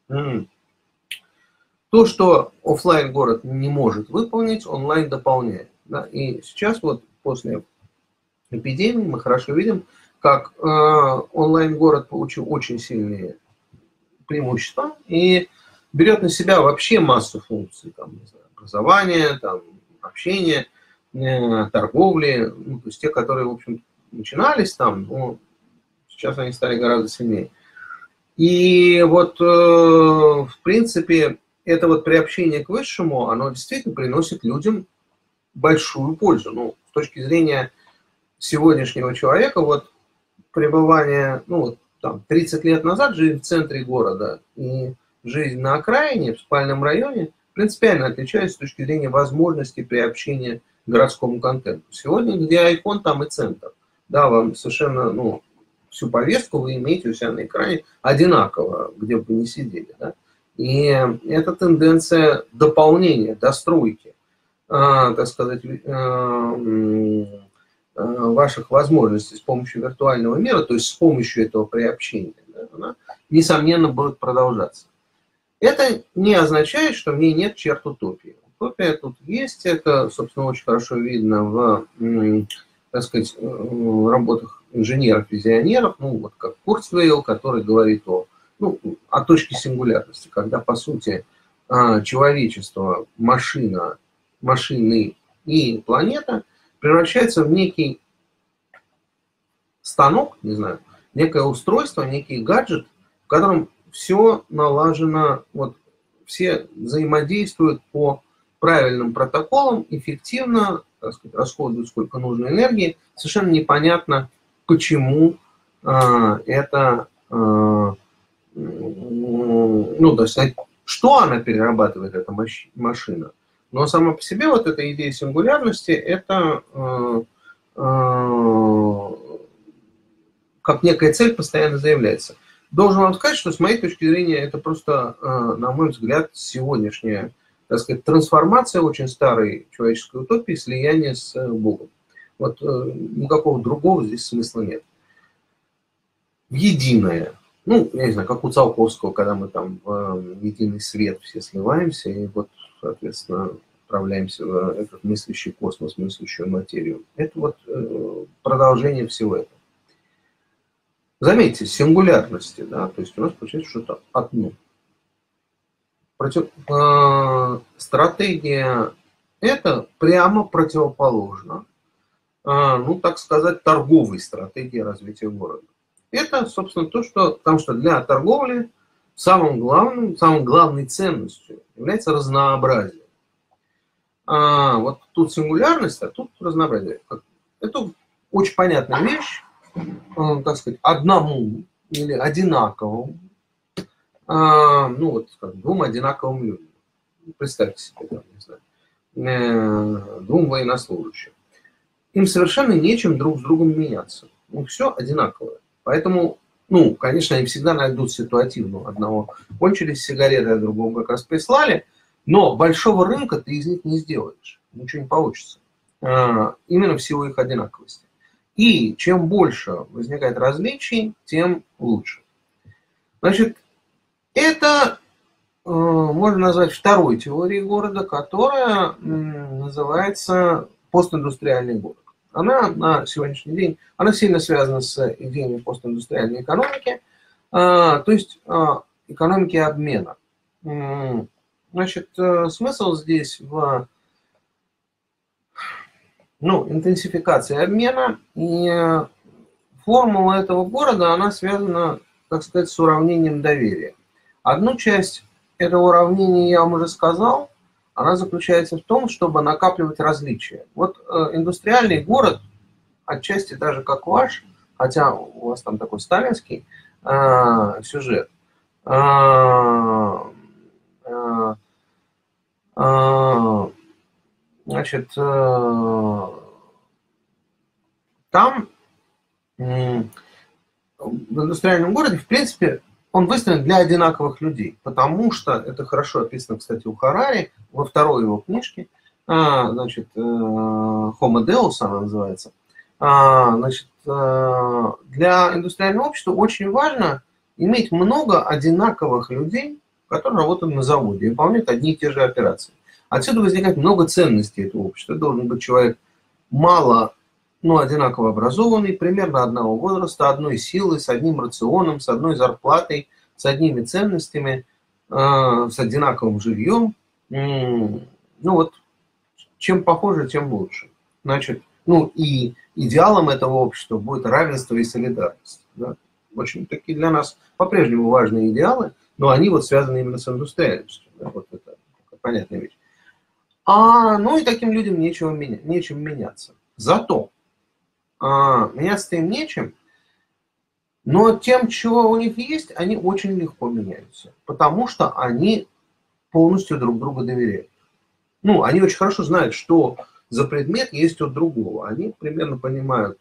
То, что офлайн город не может выполнить, онлайн дополняет. Да? И сейчас вот после эпидемии мы хорошо видим, как э, онлайн город получил очень сильные преимущества и берет на себя вообще массу функций, там, не знаю, образования, там, общения, э, торговли, ну, то есть те, которые, в общем, начинались там, но сейчас они стали гораздо сильнее. И вот, э, в принципе, это вот приобщение к высшему, оно действительно приносит людям большую пользу. Ну, с точки зрения сегодняшнего человека, вот пребывание, ну, вот, там, тридцать лет назад жизнь в центре города и жизнь на окраине, в спальном районе, принципиально отличаются с точки зрения возможности приобщения к городскому контенту. Сегодня, где айфон, там и центр. Да, вам совершенно, ну, всю повестку вы имеете у себя на экране одинаково, где бы вы ни сидели. Да? И это тенденция дополнения, достройки, э, так сказать, э, ваших возможностей с помощью виртуального мира, то есть с помощью этого приобщения, да, она, несомненно, будет продолжаться. Это не означает, что в ней нет черт утопии. Утопия тут есть, это, собственно, очень хорошо видно в, так сказать, в работах инженеров-визионеров, ну, вот как Курцвейл, который говорит о, ну, о точке сингулярности, когда, по сути, человечество, машина, машины и планета превращается в некий станок, не знаю, некое устройство, некий гаджет, в котором все налажено, вот, все взаимодействуют по правильным протоколам, эффективно, так сказать, расходуют сколько нужно энергии. Совершенно непонятно, почему э, это, э, ну, то есть, что она перерабатывает, эта машина. Но сама по себе вот эта идея сингулярности, это э, э, как некая цель постоянно заявляется. Должен вам сказать, что с моей точки зрения это просто, э, на мой взгляд, сегодняшняя, так сказать, трансформация очень старой человеческой утопии, слияние с э, Богом. Вот э, никакого другого здесь смысла нет. В единое. Ну, я не знаю, как у Циолковского, когда мы там в э, единый свет все сливаемся, и вот, соответственно, отправляемся в этот мыслящий космос, мыслящую материю. Это вот э, продолжение всего этого. Заметьте, сингулярности, да, то есть у нас получается что-то одно. Против, э, стратегия это прямо противоположно, э, ну, так сказать, торговой стратегии развития города. Это, собственно, то, что, потому что для торговли самым главным, самой главной ценностью является разнообразие. А вот тут сингулярность, а тут разнообразие. Это очень понятная вещь, так сказать, одному или одинаковому, а, ну вот, скажем, двум одинаковым людям. Представьте себе, там, не знаю, двум военнослужащим. Им совершенно нечем друг с другом меняться. Ну, все одинаковое. Поэтому, ну, конечно, они всегда найдут ситуативную. Одного кончились сигареты, а другого как раз прислали. Но большого рынка ты из них не сделаешь. Ничего не получится. А, именно в силу их одинаковости. И чем больше возникает различий, тем лучше. Значит, это э, можно назвать второй теорией города, которая э, называется постиндустриальный город. Она на сегодняшний день, она сильно связана с идеями постиндустриальной экономики, э, то есть э, экономики обмена. Э, значит, э, смысл здесь в ну, интенсификации обмена, и формула этого города, она связана, так сказать, с уравнением доверия. Одну часть этого уравнения я вам уже сказал, она заключается в том, чтобы накапливать различия. Вот э, индустриальный город, отчасти даже как ваш, хотя у вас там такой сталинский э, сюжет, э, э, э, значит, э, там э, в индустриальном городе, в принципе, он выстроен для одинаковых людей, потому что, это хорошо описано, кстати, у Харари, во второй его книжке, а, значит, Homo Deus она называется, а, значит, для индустриального общества очень важно иметь много одинаковых людей, которые работают на заводе и выполняют одни и те же операции. Отсюда возникает много ценностей этого общества. Это должен быть человек мало, но одинаково образованный, примерно одного возраста, одной силы, с одним рационом, с одной зарплатой, с одними ценностями, э, с одинаковым жильем. Ну вот, чем похоже, тем лучше. Значит, ну и идеалом этого общества будет равенство и солидарность. Да? Очень такие для нас по-прежнему важные идеалы, но они вот связаны именно с индустриальностью. Да? Вот это понятная вещь. А, ну и таким людям нечего меня, нечем меняться. Зато а, меняться им нечем, но тем, чего у них есть, они очень легко меняются. Потому что они полностью друг другу доверяют. Ну, они очень хорошо знают, что за предмет есть от другого. Они примерно понимают, там,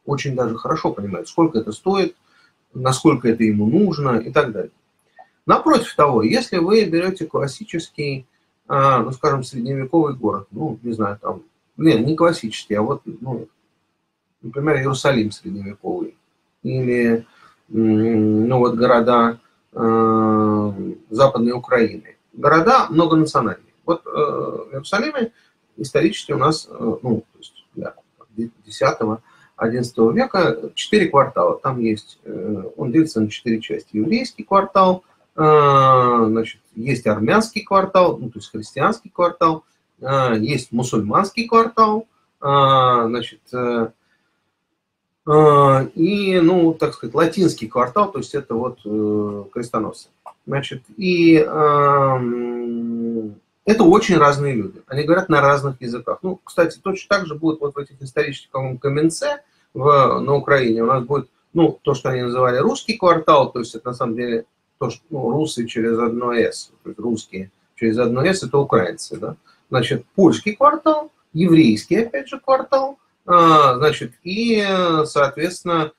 очень даже хорошо понимает, сколько это стоит, насколько это ему нужно и так далее. Напротив того, если вы берете классический, ну, скажем, средневековый город, ну, не знаю, там, не, не классический, а вот, ну, например, Иерусалим средневековый, или, ну, вот города э, Западной Украины. Города многонациональные. Вот э, в Иерусалиме исторически у нас, э, ну, то есть для десятого-одиннадцатого века четыре квартала. Там есть, э, он делится на четыре части. Еврейский квартал, э, значит, есть армянский квартал, ну, то есть христианский квартал, э, есть мусульманский квартал, э, значит, э, и, ну, так сказать, латинский квартал, то есть это вот э, крестоносцы. Значит, и э, это очень разные люди. Они говорят на разных языках. Ну, кстати, точно так же будет вот в этих исторических Каменце в, на Украине. У нас будет, ну, то, что они называли русский квартал, то есть это на самом деле то, что, ну, русы через одно «с», то есть русские через одно «с» это украинцы, да. Значит, польский квартал, еврейский, опять же, квартал, значит, и, соответственно,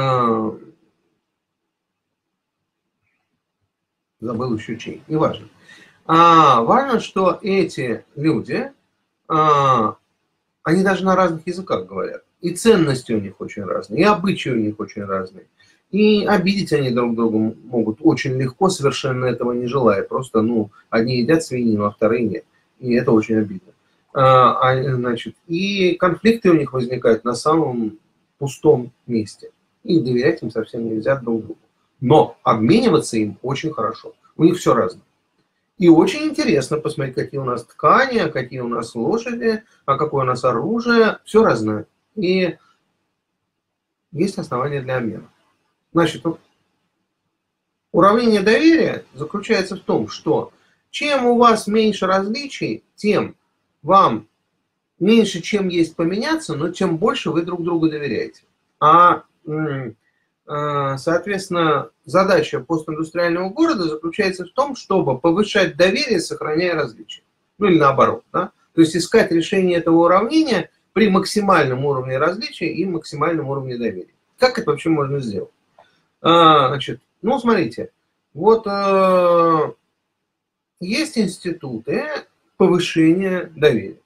забыл еще чей, неважно. А, важно, что эти люди, а, они даже на разных языках говорят. И ценности у них очень разные, и обычаи у них очень разные. И обидеть они друг друга могут очень легко, совершенно этого не желая. Просто, ну, одни едят свинину, а вторые нет. И это очень обидно. А, значит, и конфликты у них возникают на самом пустом месте. И доверять им совсем нельзя друг другу. Но обмениваться им очень хорошо. У них все разное. И очень интересно посмотреть, какие у нас ткани, какие у нас лошади, а какое у нас оружие. Все разное. И есть основания для обмена. Значит, уравнение доверия заключается в том, что чем у вас меньше различий, тем вам меньше, чем есть поменяться, но тем больше вы друг другу доверяете. А, соответственно, задача постиндустриального города заключается в том, чтобы повышать доверие, сохраняя различия. Ну или наоборот. Да? То есть искать решение этого уравнения при максимальном уровне различия и максимальном уровне доверия. Как это вообще можно сделать? А, значит, ну, смотрите. Вот а, есть институты повышения доверия.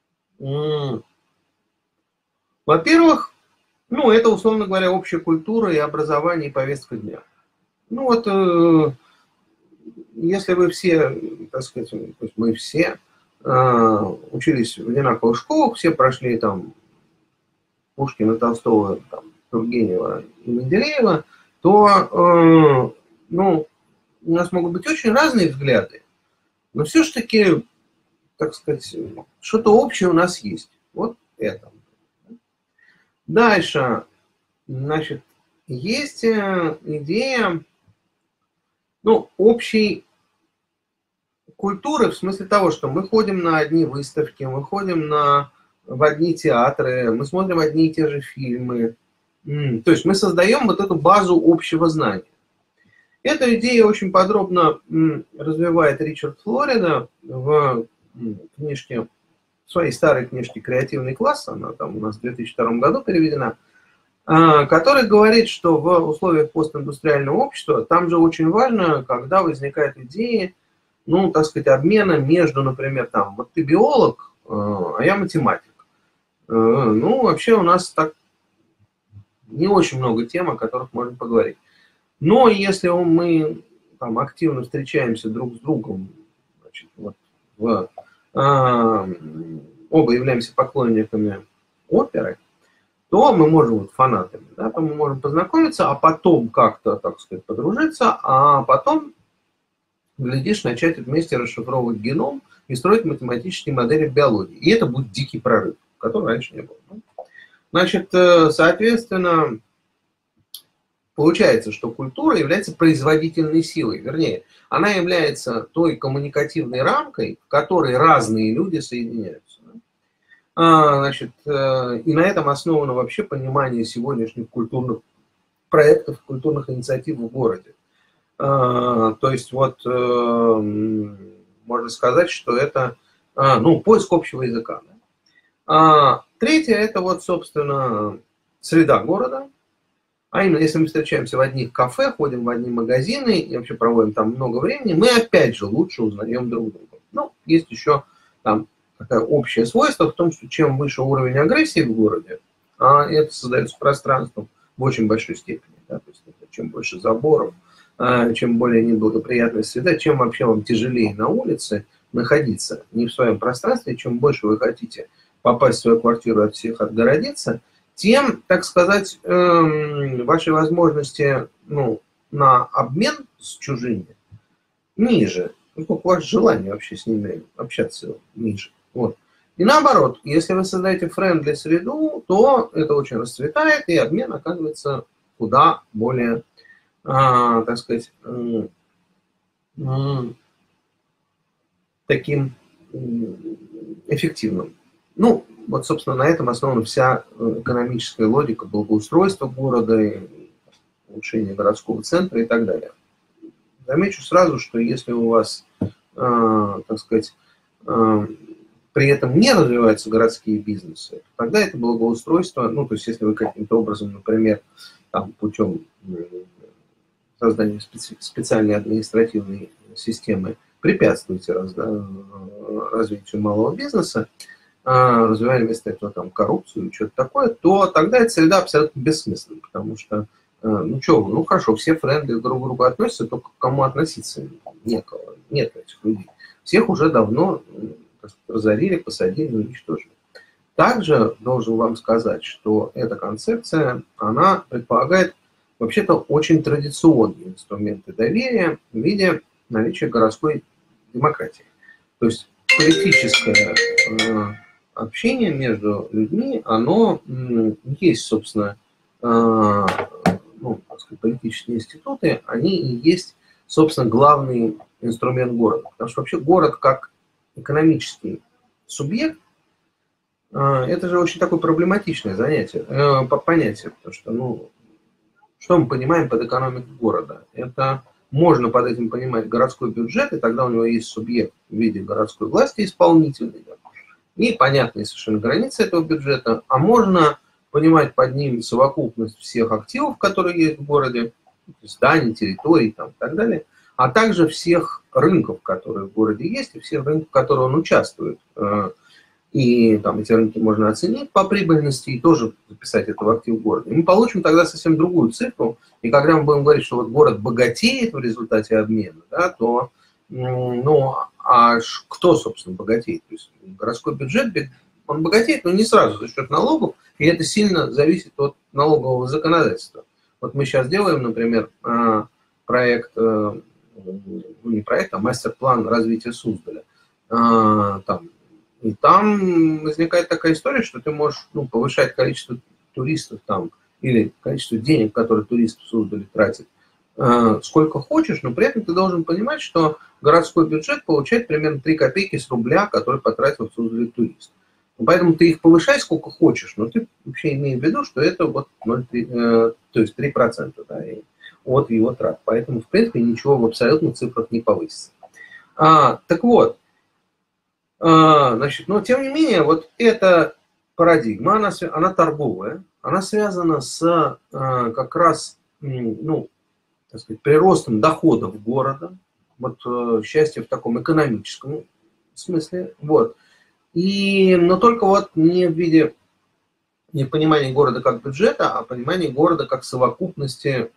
Во-первых, ну, это, условно говоря, общая культура и образование, и повестка дня. Ну, вот, э, если вы все, так сказать, то есть мы все э, учились в одинаковых школах, все прошли там Пушкина, Толстого, там, Тургенева и Менделеева, то, э, ну, у нас могут быть очень разные взгляды, но все-таки, так сказать, что-то общее у нас есть. Вот это. Дальше, значит, есть идея, ну, общей культуры, в смысле того, что мы ходим на одни выставки, мы ходим на, в одни театры, мы смотрим одни и те же фильмы. То есть мы создаем вот эту базу общего знания. Эту идею очень подробно развивает Ричард Флорида в книжке, в своей старой книжке «Креативный класс», она там у нас в две тысячи втором году переведена, который говорит, что в условиях постиндустриального общества там же очень важно, когда возникают идеи, ну, так сказать, обмена между, например, там, вот ты биолог, а я математик. Ну, вообще у нас так не очень много тем, о которых можно поговорить. Но если мы там активно встречаемся друг с другом, значит, вот, в, э, оба являемся поклонниками оперы, то мы можем, вот, фанатами, да, то мы можем познакомиться, а потом как-то, так сказать, подружиться, а потом, глядишь, начать вместе расшифровывать геном и строить математические модели биологии. И это будет дикий прорыв, которого раньше не было. Значит, соответственно, получается, что культура является производительной силой. Вернее, она является той коммуникативной рамкой, в которой разные люди соединяются. А, значит, и на этом основано вообще понимание сегодняшних культурных проектов, культурных инициатив в городе. А, то есть, вот, можно сказать, что это, ну, поиск общего языка. Да? А, третье, это вот, собственно, среда города, а именно, если мы встречаемся в одних кафе, ходим в одни магазины и вообще проводим там много времени, мы опять же лучше узнаем друг друга. Ну, есть еще там такое общее свойство в том, что чем выше уровень агрессии в городе, а это создается пространством в очень большой степени, да, то есть это чем больше заборов, чем более неблагоприятная среда, чем вообще вам тяжелее на улице находиться не в своем пространстве, чем больше вы хотите попасть в свою квартиру, от всех отгородиться, тем, так сказать, ваши возможности, ну, на обмен с чужими ниже. Ну, ваше желание вообще с ними общаться ниже. Вот. И наоборот, если вы создаете френдли среду, то это очень расцветает, и обмен оказывается куда более, а, так сказать, таким эффективным. Ну, вот, собственно, на этом основана вся экономическая логика благоустройства города, и улучшения городского центра и так далее. Замечу сразу, что если у вас, э, так сказать, э, при этом не развиваются городские бизнесы, тогда это благоустройство, ну, то есть если вы каким-то образом, например, там, путем создания специ специальной административной системы препятствуете раз, да, развитию малого бизнеса, развивая вместо этого там коррупцию и что-то такое, то тогда эта среда абсолютно бессмысленна, потому что, ну что, ну хорошо, все френдли друг к другу относятся, только к кому относиться некого, нет этих людей. Всех уже давно разорили, посадили, уничтожили. Также должен вам сказать, что эта концепция, она предполагает вообще-то очень традиционные инструменты доверия в виде наличия городской демократии. То есть политическое э, общение между людьми, оно э, есть, собственно, э, ну, так сказать, политические институты, они и есть, собственно, главный инструмент города. Потому что вообще город как экономический субъект, э, это же очень такое проблематичное занятие, э, понятие, потому что, ну, что мы понимаем под экономикой города? Это можно под этим понимать городской бюджет, и тогда у него есть субъект в виде городской власти исполнительной, да, и понятные совершенно границы этого бюджета, а можно понимать под ним совокупность всех активов, которые есть в городе, зданий, территорий там, и так далее, а также всех рынков, которые в городе есть, и всех рынков, в которых он участвует. И там эти рынки можно оценить по прибыльности и тоже записать это в актив города. И мы получим тогда совсем другую цифру. И когда мы будем говорить, что вот город богатеет в результате обмена, да, то, ну, а кто, собственно, богатеет? То есть городской бюджет, он богатеет, но не сразу за счет налогов, и это сильно зависит от налогового законодательства. Вот мы сейчас делаем, например, проект, ну не проект, а мастер-план развития Суздаля. Там, И там возникает такая история, что ты можешь, ну, повышать количество туристов там, или количество денег, которые туристы в Суздале тратят, э, сколько хочешь, но при этом ты должен понимать, что городской бюджет получает примерно три копейки с рубля, который потратил в Суздале турист. Поэтому ты их повышай сколько хочешь, но ты вообще имеешь в виду, что это вот ноль целых три десятых, э, то есть три процента, да, от его трат. Поэтому, в принципе, ничего в абсолютных цифрах не повысится. А, так вот, Значит, но тем не менее, вот эта парадигма, она, она торговая, она связана с как раз, ну, так сказать, приростом доходов города, вот счастье в таком экономическом смысле, вот. И, но только вот не в виде, не в понимании города как бюджета, а понимании города как совокупности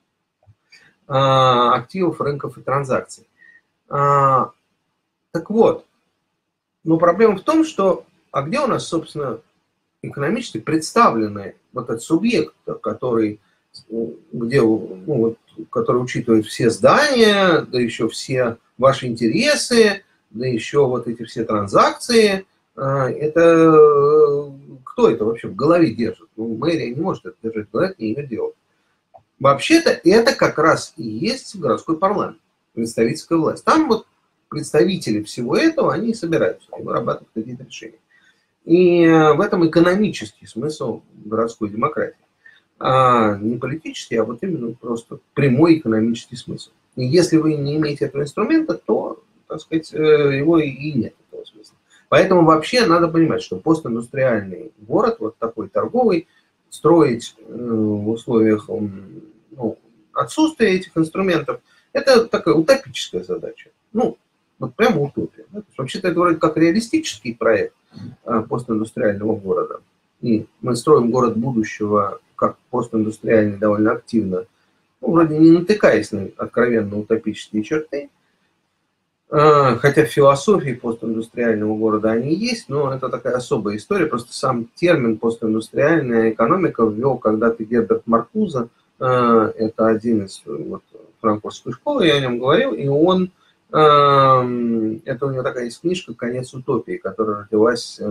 активов, рынков и транзакций. Так вот, но проблема в том, что, а где у нас, собственно, экономически представлены вот этот субъект, который, где, ну, вот, который учитывает все здания, да еще все ваши интересы, да еще вот эти все транзакции. Это кто это вообще в голове держит? Ну, мэрия не может это держать в голове, не ее делать. Вообще-то это как раз и есть городской парламент, представительская власть. Там вот представители всего этого, они собираются и вырабатывают какие-то решения. И в этом экономический смысл городской демократии. А не политический, а вот именно просто прямой экономический смысл. И если вы не имеете этого инструмента, то, так сказать, его и нет, этого смысла. Поэтому вообще надо понимать, что постиндустриальный город, вот такой торговый, строить в условиях ну, отсутствия этих инструментов, это такая утопическая задача. Ну, вот прямо утопия. Да? Вообще-то это вроде как реалистический проект постиндустриального города. И мы строим город будущего как постиндустриальный довольно активно, ну, вроде не натыкаясь на откровенно утопические черты. Хотя в философии постиндустриального города они есть, но это такая особая история. Просто сам термин постиндустриальная экономика ввел когда-то Герберт Маркузе. Это один из вот, франкфуртской школы, я о нем говорил, и он, это у него такая есть книжка «Конец утопии», которая родилась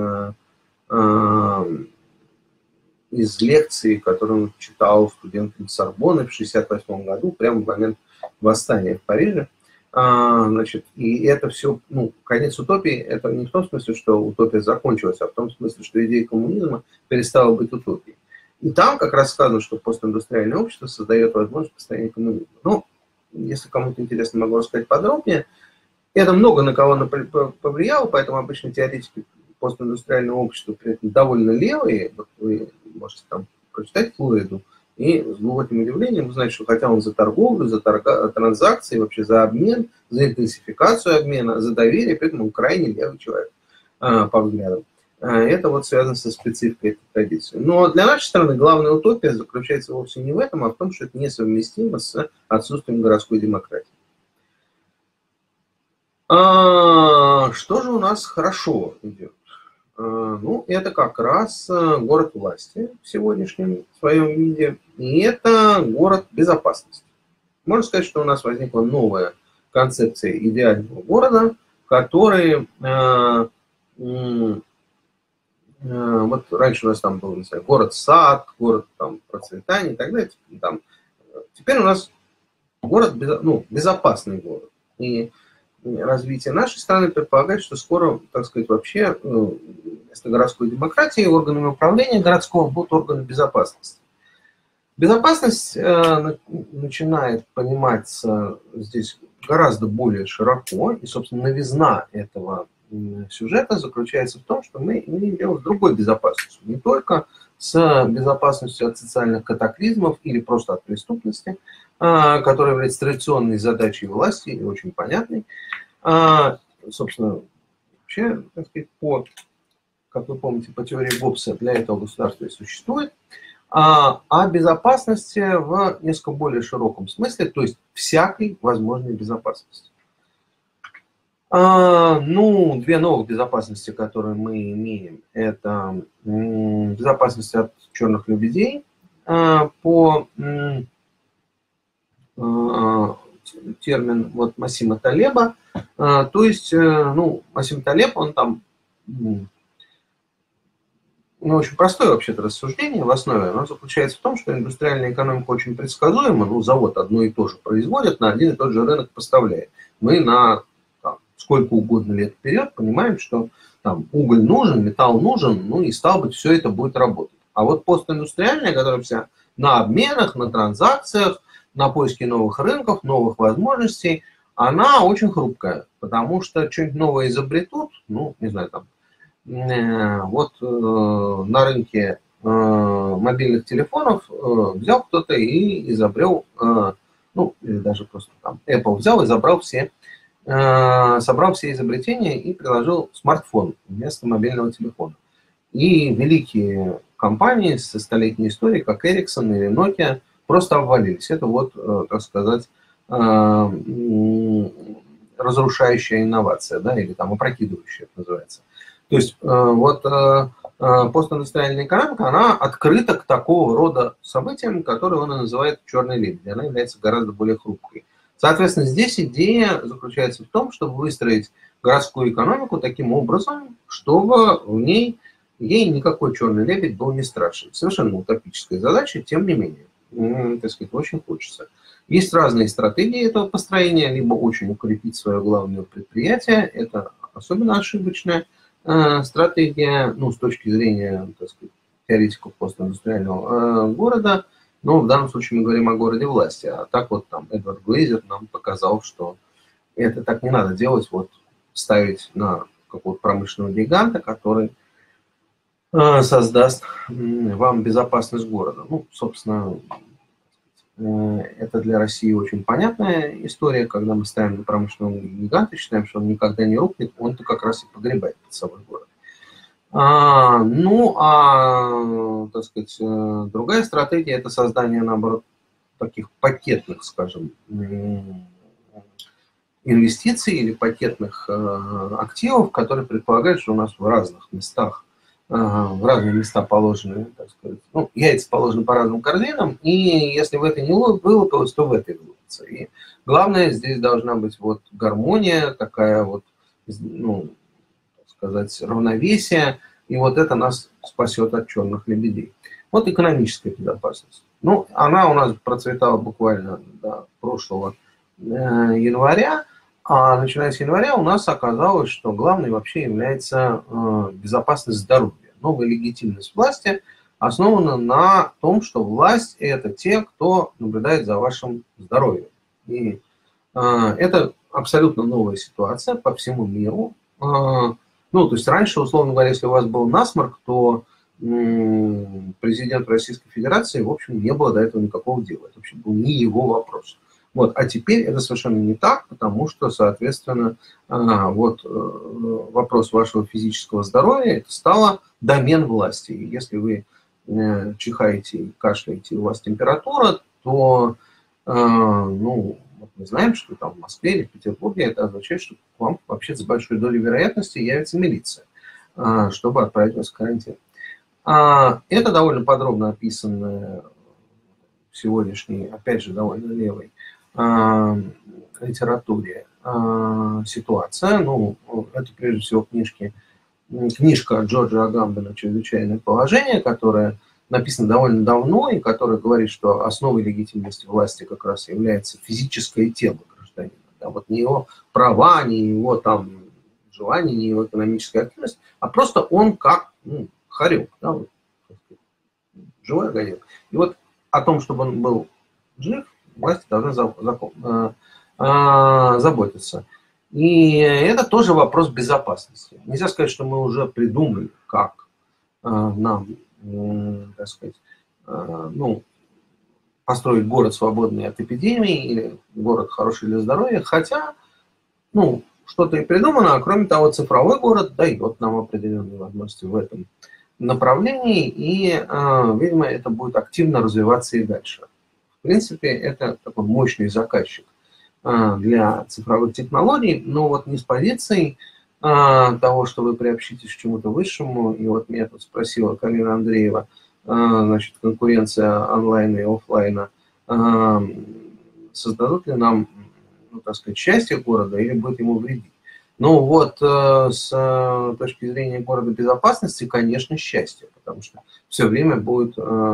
из лекции, которую он читал студентам Сорбонны в шестьдесят восьмом году, прямо в момент восстания в Париже. А, значит, и это все, ну, конец утопии, это не в том смысле, что утопия закончилась, а в том смысле, что идея коммунизма перестала быть утопией. И там как раз сказано, что постиндустриальное общество создает возможность построения коммунизма. Ну, если кому-то интересно, могу рассказать подробнее. Это много на кого повлияло, поэтому обычно теоретики постиндустриального общества при этом довольно левые. Вот вы можете там прочитать Флойду, и с глубоким удивлением узнать, что хотя он за торговлю, за торга, транзакции, вообще за обмен, за интенсификацию обмена, за доверие, при этом он крайне левый человек а, по взглядам. А, это вот связано со спецификой этой традиции. Но для нашей страны главная утопия заключается вовсе не в этом, а в том, что это несовместимо с отсутствием городской демократии. А, что же у нас хорошо идет? Ну, это как раз город власти в сегодняшнем своем виде, и это город безопасности. Можно сказать, что у нас возникла новая концепция идеального города, который, э, э, вот раньше у нас там был, не знаю, город-сад, город там, процветания и так далее. Там. Теперь у нас город, ну, безопасный город. И развитие нашей страны предполагает, что скоро, так сказать, вообще вместо городской демократии органами управления городского будут органы безопасности. Безопасность э, начинает пониматься здесь гораздо более широко, и, собственно, новизна этого сюжета заключается в том, что мы имеем дело с другой безопасностью. Не только с безопасностью от социальных катаклизмов или просто от преступности, которая является традиционной задачей власти и очень понятной. Собственно, вообще, так сказать, по, как вы помните, по теории Гоббса для этого государства и существует. А, а безопасности в несколько более широком смысле, то есть всякой возможной безопасности. А, ну, две новых безопасности, которые мы имеем, это м, безопасность от черных лебедей а, по м, а, термин вот Массимо Талеба. А, то есть, ну, Массимо Талеб, он там, ну, очень простое вообще-то рассуждение в основе. Оно заключается в том, что индустриальная экономика очень предсказуема. Ну, завод одно и то же производит, на один и тот же рынок поставляет. Мы на там, сколько угодно лет вперед понимаем, что там уголь нужен, металл нужен, ну и стало быть, все это будет работать. А вот постиндустриальная, которая вся на обменах, на транзакциях, на поиске новых рынков, новых возможностей, она очень хрупкая, потому что что-нибудь новое изобретут, ну, не знаю, там, э, вот э, на рынке э, мобильных телефонов э, взял кто-то и изобрел, э, ну, или даже просто там Apple взял и забрал все, э, собрал все изобретения и приложил смартфон вместо мобильного телефона. И великие компании со столетней историей, как Ericsson или Nokia, просто обвалились. Это вот, так сказать, разрушающая инновация, да, или там опрокидывающая, это называется. То есть вот постиндустриальная экономика, она открыта к такого рода событиям, которые он и называет черной лебедью. Она является гораздо более хрупкой. Соответственно, здесь идея заключается в том, чтобы выстроить городскую экономику таким образом, чтобы в ней ей никакой черный лебедь был не страшен. Совершенно утопическая задача, тем не менее. Так сказать, очень хочется. Есть разные стратегии этого построения, либо очень укрепить свое главное предприятие, это особенно ошибочная э, стратегия, ну, с точки зрения, так сказать, теоретиков постиндустриального э, города, но в данном случае мы говорим о городе власти, а так вот там Эдвард Глейзер нам показал, что это так не надо делать, вот ставить на какого-то промышленного гиганта, который создаст вам безопасность города. Ну, собственно, это для России очень понятная история, когда мы ставим на промышленного гиганта, считаем, что он никогда не рухнет, он-то как раз и погребает под собой город. А, ну, а, так сказать, другая стратегия – это создание, наоборот, таких пакетных, скажем, инвестиций или пакетных активов, которые предполагают, что у нас в разных местах, в разные места положены, так сказать, ну, яйца положены по разным корзинам, и если в этой не вылупилось, то в этой вылупится. И главное, здесь должна быть вот гармония, такая вот, ну, так сказать, равновесие, и вот это нас спасет от черных лебедей. Вот экономическая безопасность. Ну, она у нас процветала буквально до прошлого э, января, а начиная с января у нас оказалось, что главной вообще является э, безопасность здоровья. Новая легитимность власти основана на том, что власть – это те, кто наблюдает за вашим здоровьем. И э, это абсолютно новая ситуация по всему миру. Э, ну, то есть раньше, условно говоря, если у вас был насморк, то э, президенту Российской Федерации, в общем, не было до этого никакого дела. Это вообще был не его вопрос. Вот. А теперь это совершенно не так, потому что, соответственно, вот вопрос вашего физического здоровья это стало домен власти. И если вы чихаете и кашляете, у вас температура, то, ну, мы знаем, что там в Москве или в Петербурге это означает, что к вам вообще с большой долей вероятности явится милиция, чтобы отправить вас в карантин. Это довольно подробно описано в сегодняшней, опять же, довольно левой литературе ситуация. Ну, это прежде всего книжки, книжка Джорджа Агамбена «Чрезвычайное положение», которая написана довольно давно и которая говорит, что основой легитимности власти как раз является физическое тело гражданина. Да, вот не его права, не его там желания, не его экономическая активность, а просто он как ну, хорек, да, вот, живой организм. И вот о том, чтобы он был жив, власти должны заботиться. И это тоже вопрос безопасности. Нельзя сказать, что мы уже придумали, как нам, так сказать, ну, построить город, свободный от эпидемии, или город хороший для здоровья, хотя, ну, что-то и придумано, а кроме того, цифровой город дает нам определенные возможности в этом направлении, и, видимо, это будет активно развиваться и дальше. В принципе, это такой мощный заказчик для цифровых технологий, но вот не с позицией того, что вы приобщитесь к чему-то высшему. И вот меня тут спросила Камила Андреева, значит, конкуренция онлайна и офлайна, создадут ли нам, ну, так сказать, счастье города или будет ему вредить? Ну вот с точки зрения города безопасности, конечно, счастье, потому что все время будет...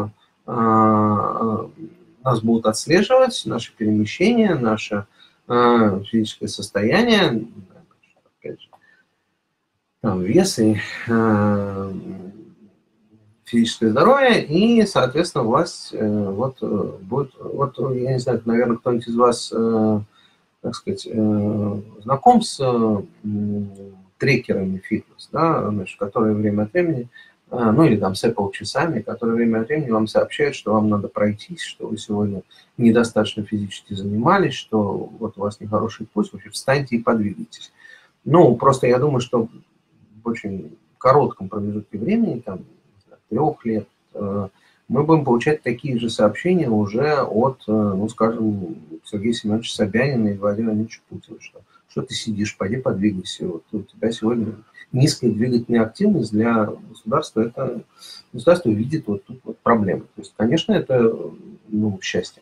Нас будут отслеживать, наши перемещения, наше э, физическое состояние, опять же, там, вес и э, физическое здоровье, и, соответственно, власть э, вот, будет, вот, я не знаю, наверное, кто-нибудь из вас, э, так сказать, э, знаком с э, трекерами фитнес, да, значит, которые время от времени, ну или там с Apple часами, которые время от времени вам сообщают, что вам надо пройтись, что вы сегодня недостаточно физически занимались, что вот у вас нехороший пульс, вообще встаньте и подвигайтесь. Ну, просто я думаю, что в очень коротком промежутке времени, там, трех лет, мы будем получать такие же сообщения уже от, ну, скажем, Сергея Семеновича Собянина и Владимира Владимировича Путина, что, что ты сидишь, пойди подвигайся, вот у тебя сегодня... Низкая двигательная активность для государства, это государство видит вот тут вот проблемы. То есть, конечно, это ну, счастье.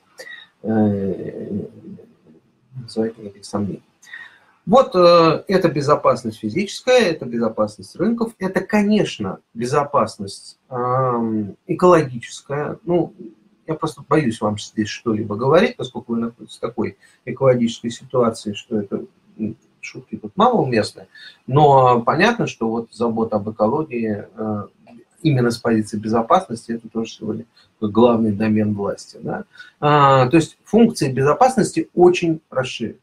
Называть никаких сомнений. Вот это безопасность физическая, это безопасность рынков, это, конечно, безопасность экологическая. Ну, я просто боюсь вам здесь что-либо говорить, поскольку вы находитесь в такой экологической ситуации, что это... Шутки тут малоуместны, но понятно, что вот забота об экологии именно с позиции безопасности это тоже сегодня главный домен власти. Да? То есть функции безопасности очень расширились.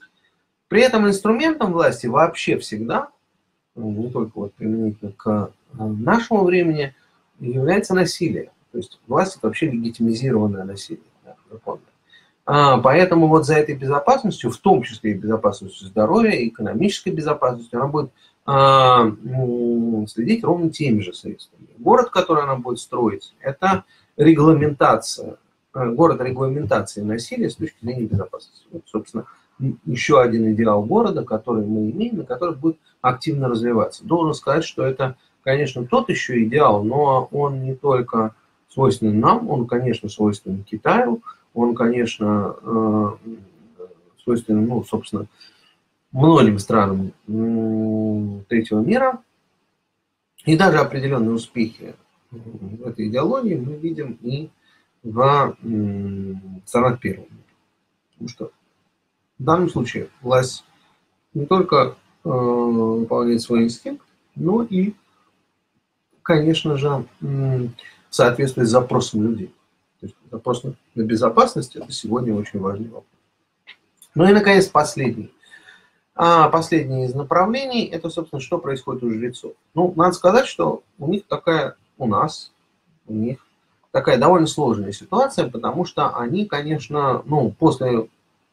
При этом инструментом власти вообще всегда, не только вот применительно к нашего времени является насилие. То есть власть – это вообще легитимизированное насилие. Да, а, поэтому вот за этой безопасностью, в том числе и безопасностью здоровья, и экономической безопасностью, она будет а, следить ровно теми же средствами. Город, который она будет строить, это регламентация, город регламентации насилия с точки зрения безопасности. Вот, собственно, еще один идеал города, который мы имеем, и который будет активно развиваться. Должен сказать, что это, конечно, тот еще идеал, но он не только свойственен нам, он, конечно, свойственен Китаю, он, конечно, свойственен, ну, собственно, многим странам третьего мира. И даже определенные успехи в этой идеологии мы видим и в странах первого мира. Потому что в данном случае власть не только э, выполняет свой инстинкт, но и, конечно же, э, соответствует запросам людей. То есть запрос на безопасность – это сегодня очень важный вопрос. Ну и, наконец, последний. А последнее из направлений – это, собственно, что происходит у жрецов. Ну, надо сказать, что у них такая, у нас, у них такая довольно сложная ситуация, потому что они, конечно, ну, после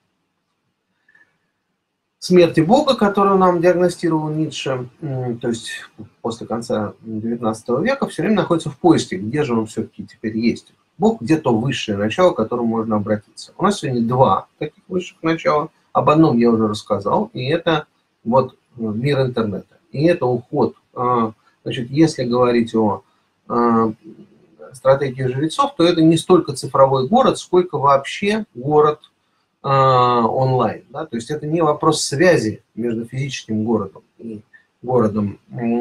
смерти Бога, которую нам диагностировал Ницше, то есть после конца девятнадцатого века, все время находится в поиске, где же он все-таки теперь есть. Бог, где то высшее начало, к которому можно обратиться. У нас сегодня два таких высших начала. Об одном я уже рассказал, и это вот мир интернета. И это уход. Значит, если говорить о стратегии жрецов, то это не столько цифровой город, сколько вообще город онлайн. Да? То есть это не вопрос связи между физическим городом и городом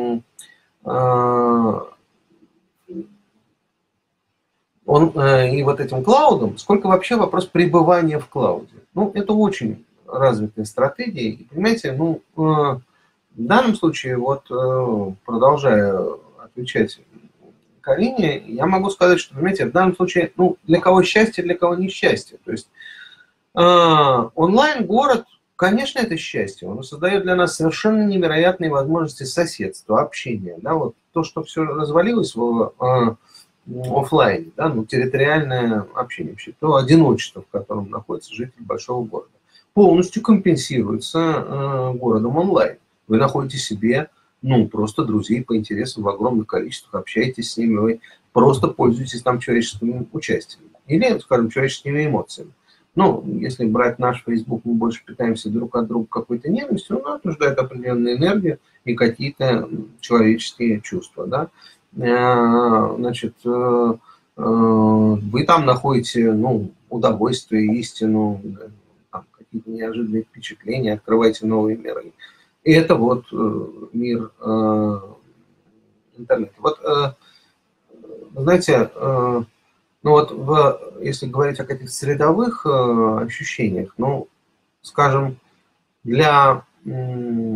он, и вот этим клаудом, сколько вообще вопрос пребывания в клауде. Ну, это очень развитая стратегия. И, понимаете, ну, в данном случае, вот продолжая отвечать Карине, я могу сказать, что, понимаете, в данном случае, ну, для кого счастье, для кого несчастье. То есть онлайн-город, конечно, это счастье. Он создает для нас совершенно невероятные возможности соседства, общения. Да, вот то, что все развалилось в офлайне, да, ну, территориальное общение, вообще, то одиночество, в котором находится житель большого города, полностью компенсируется э, городом онлайн. Вы находите себе, ну, просто друзей по интересам в огромных количествах, общаетесь с ними, вы просто пользуетесь там человеческим участием или, скажем, человеческими эмоциями. Ну, если брать наш Facebook, мы больше питаемся друг от друга какой-то ненавистью, он отражает определенную энергию и какие-то человеческие чувства, да. Значит, вы там находите, ну, удовольствие, истину, там, какие-то неожиданные впечатления, открываете новые миры. И это вот мир интернета. Вот, знаете, ну вот, в, если говорить о каких-то средовых э, ощущениях, ну, скажем, для э,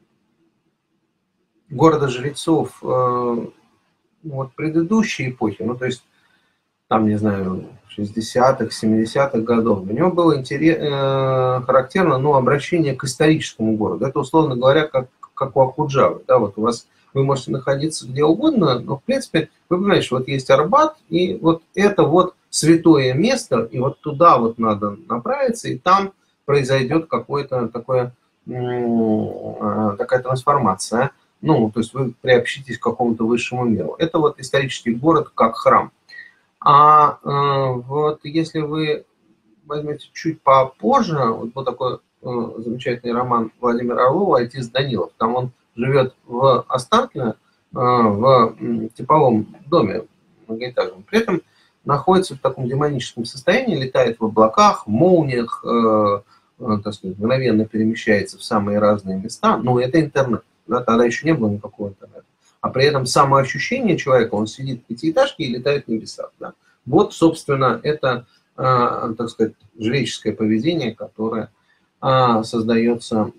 города жрецов э, вот предыдущей эпохи, ну, то есть, там, не знаю, шестидесятых, семидесятых годов, у него было интерес, э, характерно, ну, обращение к историческому городу. Это, условно говоря, как, как у Окуджавы, да, вот у вас вы можете находиться где угодно, но, в принципе, вы понимаете, что вот есть Арбат, и вот это вот святое место, и вот туда вот надо направиться, и там произойдет какое-то такое, такая трансформация. Ну, то есть вы приобщитесь к какому-то высшему миру. Это вот исторический город как храм. А вот если вы возьмете чуть попозже, вот, вот такой замечательный роман Владимира Орлова «Отец Данилов», там он живет в Останкино, в типовом доме многоэтажном. При этом находится в таком демоническом состоянии, летает в облаках, в молниях, так сказать, мгновенно перемещается в самые разные места. Ну, это интернет. Да, тогда еще не было никакого интернета. А при этом самоощущение человека, он сидит в пятиэтажке и летает в небесах. Да. Вот, собственно, это, так сказать, жреческое поведение, которое создается...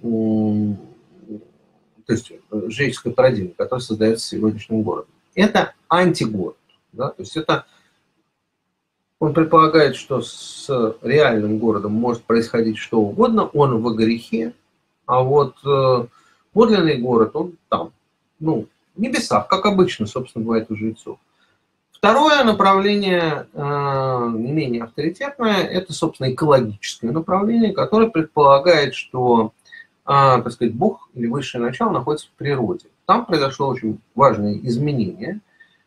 То есть жреческая парадигма, которая создается сегодняшним городом. Это антигород. Да? То есть это, он предполагает, что с реальным городом может происходить что угодно, он во грехе, а вот э, подлинный город, он там. Ну, небесах, как обычно, собственно, бывает у жрецов. Второе направление, не менее авторитетное, это, собственно, экологическое направление, которое предполагает, что, так сказать, Бог или высшее начало находится в природе. Там произошло очень важное изменение.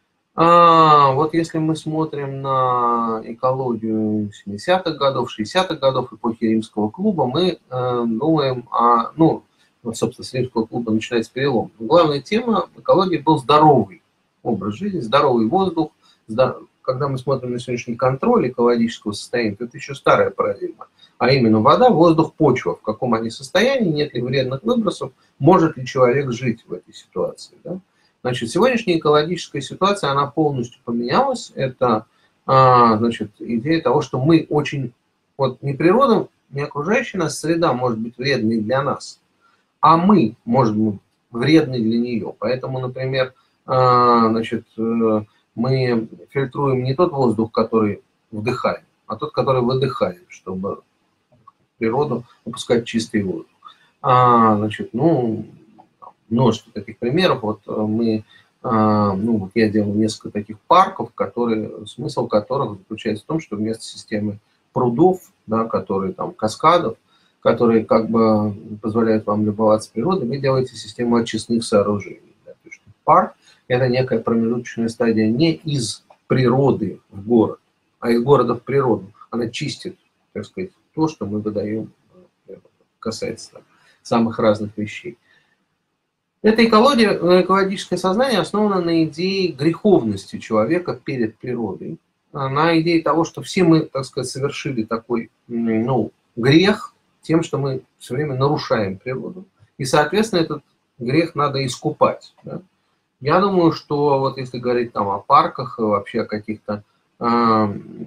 Вот если мы смотрим на экологию семидесятых годов, шестидесятых годов, эпохи Римского клуба, мы думаем о, ну, вот, собственно, с Римского клуба начинается перелом. Главная тема экологии был здоровый образ жизни, здоровый воздух. Когда мы смотрим на сегодняшний контроль экологического состояния, то это еще старая парадигма. А именно вода, воздух, почва, в каком они состоянии, нет ли вредных выбросов, может ли человек жить в этой ситуации. Да? Значит, сегодняшняя экологическая ситуация, она полностью поменялась. Это, значит, идея того, что мы очень, вот не природа, не окружающая нас среда может быть вредной для нас, а мы можем быть вредны для нее. Поэтому, например, значит, мы фильтруем не тот воздух, который вдыхаем, а тот, который выдыхаем, чтобы в природу выпускать чистый воздух. А, значит, ну, множество таких примеров. Вот мы, ну, вот я делал несколько таких парков, которые, смысл которых заключается в том, что вместо системы прудов, да, которые там каскадов, которые как бы позволяют вам любоваться природой, вы делаете систему очистных сооружений. Да, то есть парк – это некая промежуточная стадия не из природы в город, а из города в природу. Она чистит, так сказать, то, что мы выдаем, касается там самых разных вещей. Эта экология, экологическое сознание основано на идее греховности человека перед природой, на идее того, что все мы, так сказать, совершили такой, ну, грех тем, что мы все время нарушаем природу. И, соответственно, этот грех надо искупать. Да? Я думаю, что вот если говорить там о парках, вообще о каких-то... Э,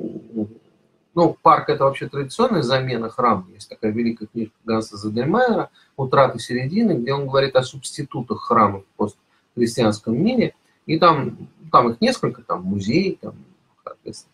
ну, парк – это вообще традиционная замена храма. Есть такая великая книжка Ганса Зедельмайера «Утраты середины», где он говорит о субститутах храмов в постхристианском мире. И там, там их несколько, там музей, там, соответственно,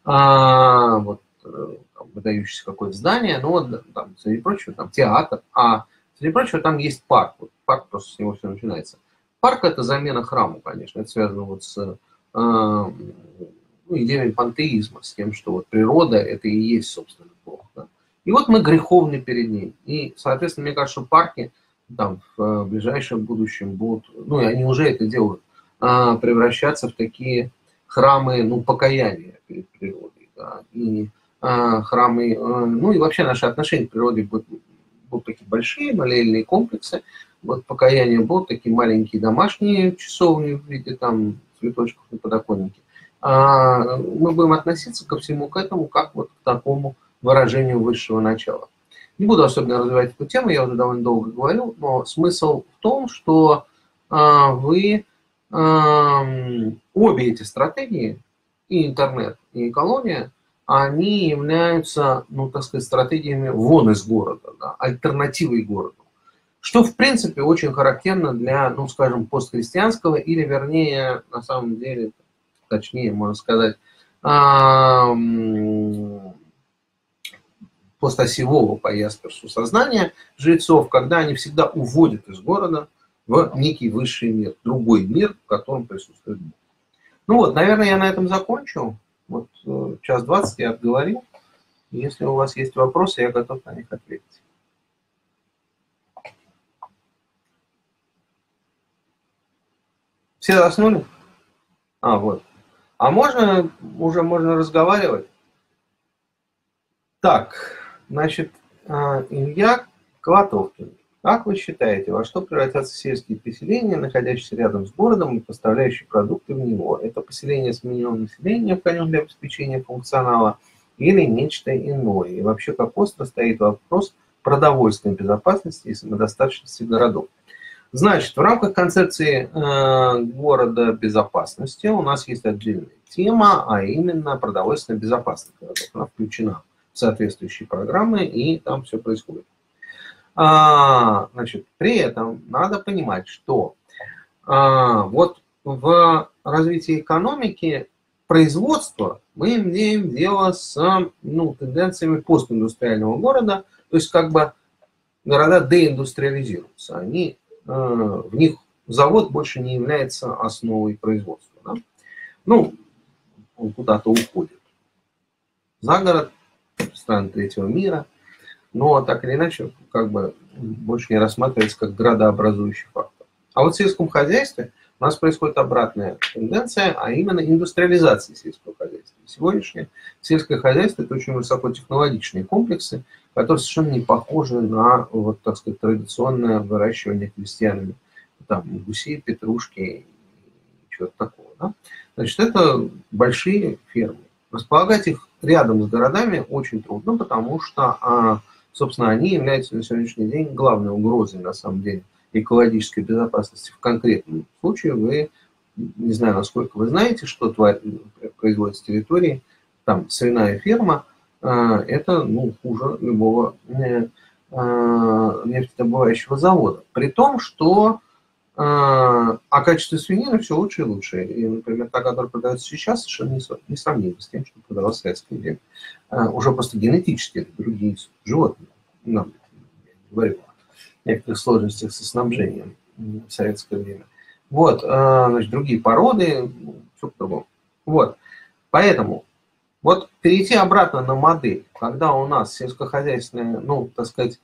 а, вот, там, выдающееся какое-то здание, ну вот там, среди прочего, там театр, а среди прочего там есть парк. Вот, парк просто с него все начинается. Парк – это замена храму, конечно, это связано вот с а, ну, идеями пантеизма, с тем, что вот природа – это и есть, собственно, Бог. Да? И вот мы греховны перед ним. И, соответственно, мне кажется, что парки там, в ближайшем будущем будут, ну и они уже это делают, а, превращаться в такие храмы, ну, покаяния перед природой. Да? И а, храмы, а, ну и вообще наши отношения к природе будут, будут такие большие, молельные комплексы. Вот покаяния будут такие маленькие домашние часовни в виде там цветочков на подоконнике. А мы будем относиться ко всему к этому как вот к такому выражению высшего начала. Не буду особенно развивать эту тему, я уже довольно долго говорил, но смысл в том, что а, вы а, обе эти стратегии, и интернет, и экология, они являются, ну, так сказать, стратегиями вон из города, да, альтернативой городу. Что, в принципе, очень характерно для, ну, скажем, постхристианского, или, вернее, на самом деле, точнее, можно сказать, постосевого по Ясперсу сознания жрецов, когда они всегда уводят из города в некий высший мир, другой мир, в котором присутствует Бог. Ну вот, наверное, я на этом закончу. Вот час двадцать я отговорил. Если у вас есть вопросы, я готов на них ответить. Все заснули? А, вот. А можно, уже можно разговаривать? Так, значит, Илья Колотовкин. Как вы считаете, во что превратятся сельские поселения, находящиеся рядом с городом и поставляющие продукты в него? Это поселение с минимумом населения, необходимым для обеспечения функционала, или нечто иное? И вообще, как остро стоит вопрос продовольственной безопасности и самодостаточности городов? Значит, в рамках концепции э, города безопасности у нас есть отдельная тема, а именно продовольственная безопасность городов. Она включена в соответствующие программы, и там все происходит. А, значит, при этом надо понимать, что а, вот в развитии экономики производства мы имеем дело с, ну, тенденциями постиндустриального города, то есть как бы города деиндустриализируются, они в них завод больше не является основой производства. Да? Ну, он куда-то уходит за город, в страны третьего мира, но так или иначе как бы больше не рассматривается как градообразующий фактор. А вот в сельском хозяйстве у нас происходит обратная тенденция, а именно индустриализация сельского хозяйства. Сегодняшнее сельское хозяйство – это очень высокотехнологичные комплексы, которые совершенно не похожи на, вот, так сказать, традиционное выращивание крестьянами там, гусей, петрушки и чего-то такого. Да? Значит, это большие фермы. Располагать их рядом с городами очень трудно, потому что, собственно, они являются на сегодняшний день главной угрозой, на самом деле, экологической безопасности. В конкретном случае вы, не знаю, насколько вы знаете, что производит с территории, там, свиная ферма, это, ну, хуже любого нефтедобывающего завода. При том, что о качестве свинины все лучше и лучше. И, например, та, которая продается сейчас, совершенно не сравнима с тем, что продавалось в советское время. Уже просто генетически другие животные. Ну, я не говорю о некоторых сложностях со снабжением в советское время. Вот, значит, другие породы, все по-другому. Вот, поэтому вот перейти обратно на модель, когда у нас сельскохозяйственная, ну, так сказать,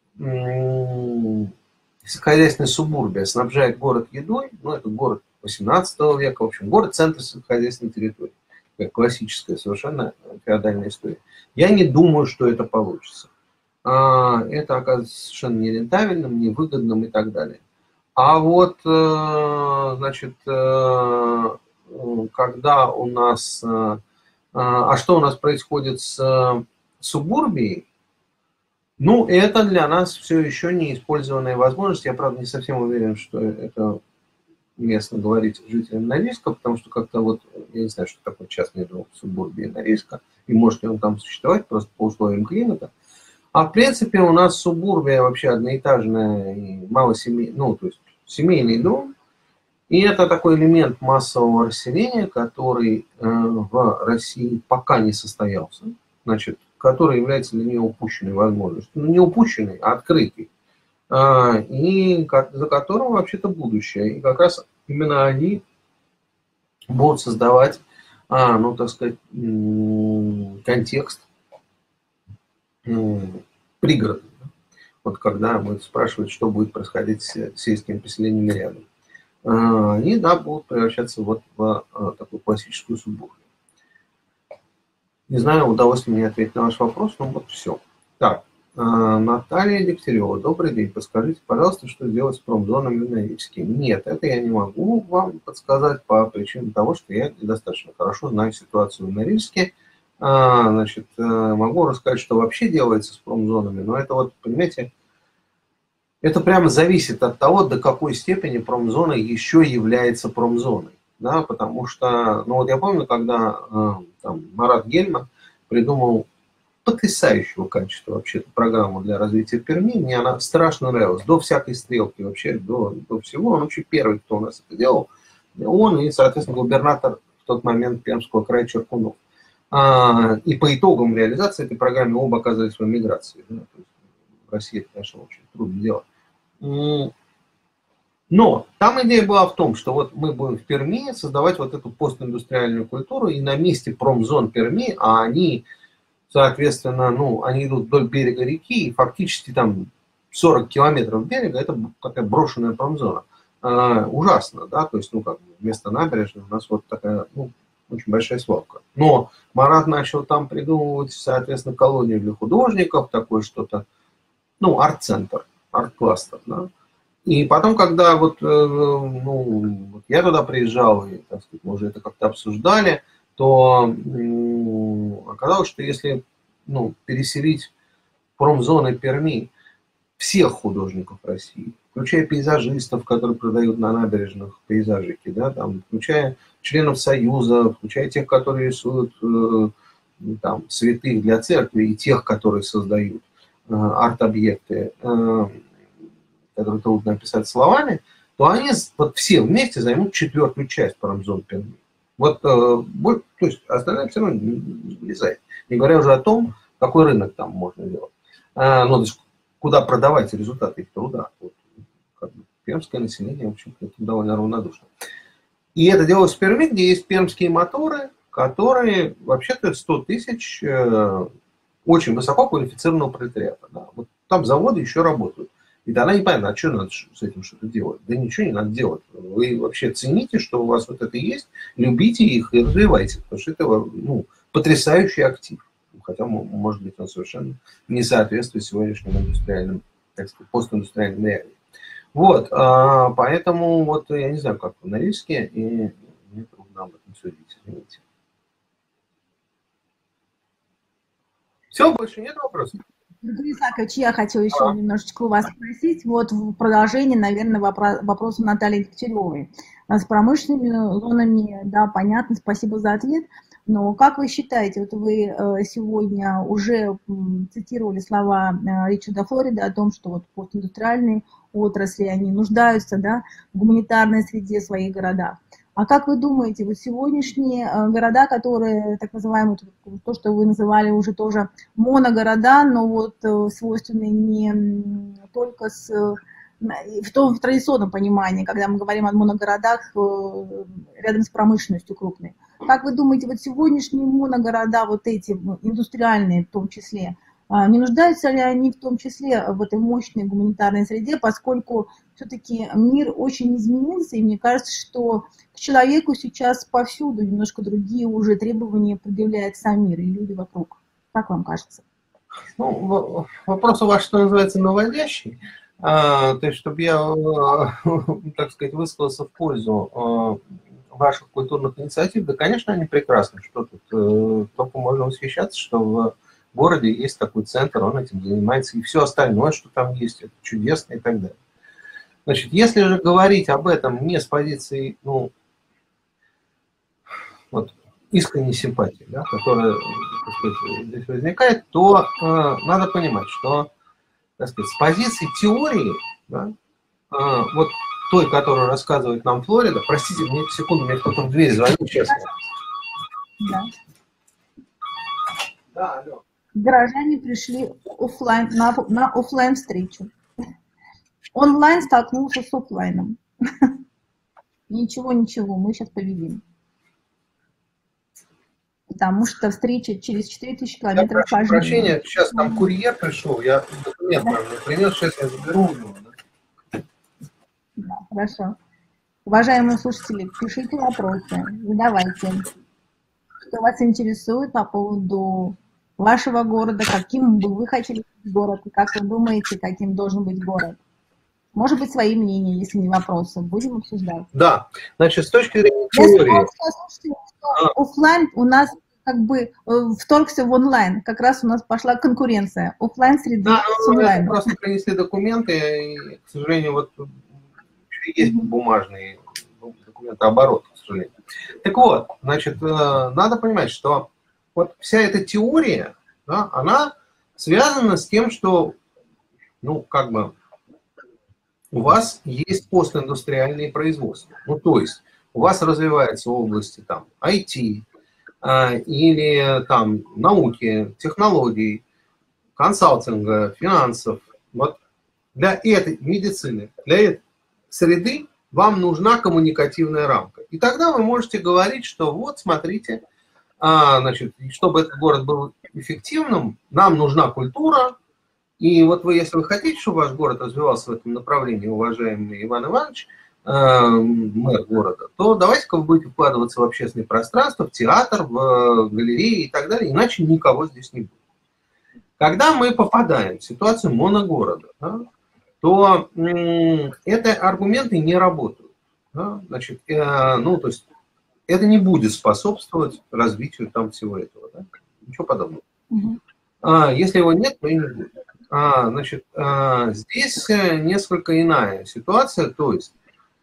сельскохозяйственная субурбия снабжает город едой, ну, это город восемнадцатого века, в общем, город-центр сельскохозяйственной территории. Как классическая совершенно феодальная история. Я не думаю, что это получится. Это оказывается совершенно нерентабельным, невыгодным и так далее. А вот, значит, когда у нас... А что у нас происходит с субурбией? Ну, это для нас все еще неиспользованная возможность. Я, правда, не совсем уверен, что это уместно говорить жителям Норильска, потому что как-то вот, я не знаю, что такое частный дом в субурбии Норильска, и может ли он там существовать просто по условиям климата. А в принципе у нас субурбия вообще одноэтажная и малосемейная, ну, то есть семейный дом. И это такой элемент массового расселения, который э, в России пока не состоялся, значит, который является для нее упущенной возможностью. Ну, не упущенной, а открытой. Э, и как, за которым вообще-то будущее. И как раз именно они будут создавать, э, ну, так сказать, э, контекст э, пригородный. Вот когда мы спрашивают, что будет происходить с сельскими поселениями рядом. Они, да, будут превращаться вот в а, такую классическую субурбию. Не знаю, удалось ли мне ответить на ваш вопрос, но вот все. Так, а, Наталья Дегтярева, добрый день. Подскажите, пожалуйста, что делать с промзонами в Норильске? Нет, это я не могу вам подсказать по причине того, что я недостаточно хорошо знаю ситуацию в Норильске. А, значит, могу рассказать, что вообще делается с промзонами, но это вот, понимаете, это прямо зависит от того, до какой степени промзона еще является промзоной. Да, потому что, ну вот я помню, когда э, там, Марат Гельман придумал потрясающего качества вообще программу для развития Перми, мне она страшно нравилась, до всякой стрелки вообще, до, до всего. Он вообще первый, кто у нас это делал, он и, соответственно, губернатор в тот момент Пермского края Черкунов. А, и по итогам реализации этой программы оба оказались в эмиграции. Да, то есть в России это, конечно, очень трудно делать. Но там идея была в том, что вот мы будем в Перми создавать вот эту постиндустриальную культуру, и на месте промзон Перми, а они, соответственно, ну, они идут вдоль берега реки, и фактически там сорок километров берега, это такая брошенная промзона. А, ужасно, да, то есть, ну, как вместо набережной у нас вот такая, ну, очень большая свалка. Но Марат начал там придумывать, соответственно, колонию для художников, такое что-то, ну, арт-центр, арт-кластер, да. И потом, когда вот, ну, я туда приезжал, и, так сказать, мы уже это как-то обсуждали, то ну, оказалось, что если, ну, переселить промзоны Перми всех художников России, включая пейзажистов, которые продают на набережных пейзажики, да, там, включая членов Союза, включая тех, которые рисуют э, там, святых для церкви, и тех, которые создают э, арт-объекты, э, которые трудно описать словами, то они вот все вместе займут четвертую часть промзон Перми. Вот, э, то есть остальное все равно не влезает. Не говоря уже о том, какой рынок там можно делать. Э, ну, то есть, куда продавать результаты их труда. Вот, как бы, пермское население, в общем-то, довольно равнодушно. И это делалось в Перми, где есть пермские моторы, которые вообще-то сто тысяч э, очень высококвалифицированного пролетариата. Да. Вот там заводы еще работают. И тогда непонятно, а что надо с этим что-то делать? Да ничего не надо делать. Вы вообще цените, что у вас вот это есть, любите их и развивайте, потому что это, ну, потрясающий актив. Хотя, может быть, он совершенно не соответствует сегодняшним индустриальным, так сказать, постиндустриальным реалиям. Вот, а, поэтому, вот, я не знаю, как в Норильске, и мне трудно об этом судить, извините. Все, больше нет вопросов? Григорий Исаакович, я хочу еще а. немножечко у вас спросить, вот в продолжении, наверное, вопро вопроса Натальи Дегтяревой. С промышленными зонами, да, понятно, спасибо за ответ. Но как вы считаете, вот вы сегодня уже цитировали слова Ричарда Флорида о том, что вот постиндустриальные отрасли, они нуждаются, да, в гуманитарной среде в своих городах. А как вы думаете, вот сегодняшние города, которые, так называемые, то, что вы называли уже тоже моногорода, но вот свойственные не только с... в том в традиционном понимании, когда мы говорим о моногородах рядом с промышленностью крупной. Как вы думаете, вот сегодняшние моногорода, вот эти индустриальные в том числе, не нуждаются ли они в том числе в этой мощной гуманитарной среде, поскольку все-таки мир очень изменился, и мне кажется, что к человеку сейчас повсюду немножко другие уже требования предъявляет сам мир и люди вокруг. Как вам кажется? Ну, вопрос у вас, что называется, наводящий. А, то есть, чтобы я, так сказать, высказался в пользу ваших культурных инициатив, да, конечно, они прекрасны. Что тут, только можно восхищаться, что в городе есть такой центр, он этим занимается, и все остальное, что там есть, это чудесно и так далее. Значит, если же говорить об этом не с позиции, ну, вот, искренней симпатии, да, которая, так сказать, здесь возникает, то э, надо понимать, что, так сказать, с позиции теории, да, э, вот той, которую рассказывает нам Флорида, простите, мне секунду, мне кто-то в дверь звонит, честно. Да. Да, алло. Горожане пришли офлайн, на, на офлайн встречу. Онлайн столкнулся с офлайном. Ничего, ничего, мы сейчас победим. Потому что встреча через четыре тысячи километров по жизни. Прощения, сейчас там курьер пришел, я документ да. принес, сейчас я заберу у него. Да? Да, хорошо. Уважаемые слушатели, пишите вопросы, задавайте. Что вас интересует по поводу вашего города, каким бы вы хотели быть город, и как вы думаете, каким должен быть город? Может быть, свои мнения, если не вопросы. Будем обсуждать. Да, значит, с точки зрения теории... А. Оффлайн у нас как бы вторгся в онлайн. Как раз у нас пошла конкуренция. Оффлайн среды да, с онлайном. Мы просто принесли документы, и, к сожалению, вот есть mm-hmm. бумажные документооборот, к сожалению. Так вот, значит, надо понимать, что вот вся эта теория, да, она связана с тем, что, ну, как бы, у вас есть постиндустриальные производства. Ну, то есть, у вас развивается области там ай ти а, или там науки, технологий, консалтинга, финансов. Вот для этой медицины, для этой среды вам нужна коммуникативная рамка. И тогда вы можете говорить, что вот, смотрите, а, значит, чтобы этот город был эффективным, нам нужна культура. И вот вы, если вы хотите, чтобы ваш город развивался в этом направлении, уважаемый Иван Иванович, э, мэр города, то давайте-ка вы будете вкладываться в общественное пространство, в театр, в галереи и так далее, иначе никого здесь не будет. Когда мы попадаем в ситуацию моногорода, да, то э, эти аргументы не работают. Да, значит, э, ну, то есть это не будет способствовать развитию там всего этого. Да? Ничего подобного. Mm-hmm. А, если его нет, то и не будет. А, значит, а, здесь несколько иная ситуация, то есть,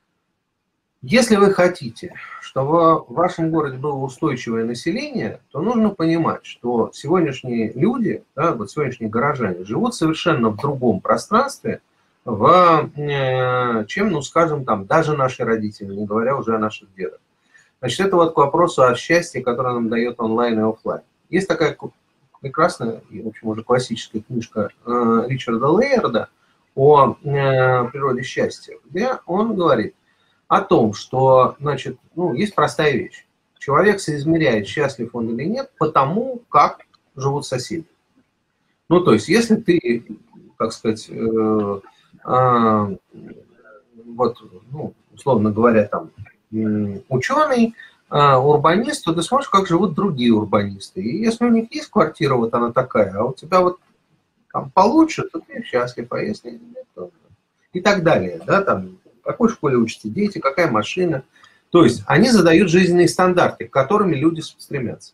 если вы хотите, чтобы в вашем городе было устойчивое население, то нужно понимать, что сегодняшние люди, да, вот сегодняшние горожане, живут совершенно в другом пространстве, в, э, чем, ну, скажем, там, даже наши родители, не говоря уже о наших дедах. Значит, это вот к вопросу о счастье, которое нам дает онлайн и офлайн. Есть такая прекрасная и, в общем, уже классическая книжка э, Ричарда Лейерда о э, природе счастья, где он говорит о том, что, значит, ну, есть простая вещь. Человек соизмеряет, счастлив он или нет, потому как живут соседи. Ну, то есть, если ты, как сказать, э, э, вот, ну, условно говоря, там, ученый, урбанист, то ты смотришь, как живут другие урбанисты. И если у них есть квартира, вот она такая, а у тебя вот там получше, то ты счастлив, а если нет, то... И так далее, да, там, в какой школе учатся дети, какая машина. То есть, они задают жизненные стандарты, к которым люди стремятся.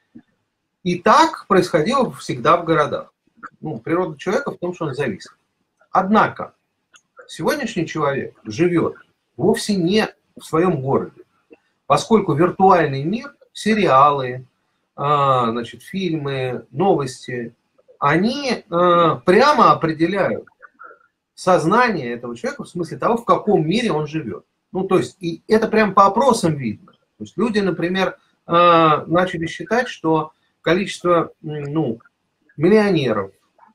И так происходило всегда в городах. Ну, природа человека в том, что он зависит. Однако, сегодняшний человек живет вовсе не в своем городе, поскольку виртуальный мир, сериалы, значит, фильмы, новости, они прямо определяют сознание этого человека в смысле того, в каком мире он живет. Ну, то есть, и это прям по опросам видно. То есть люди, например, начали считать, что количество, ну, миллионеров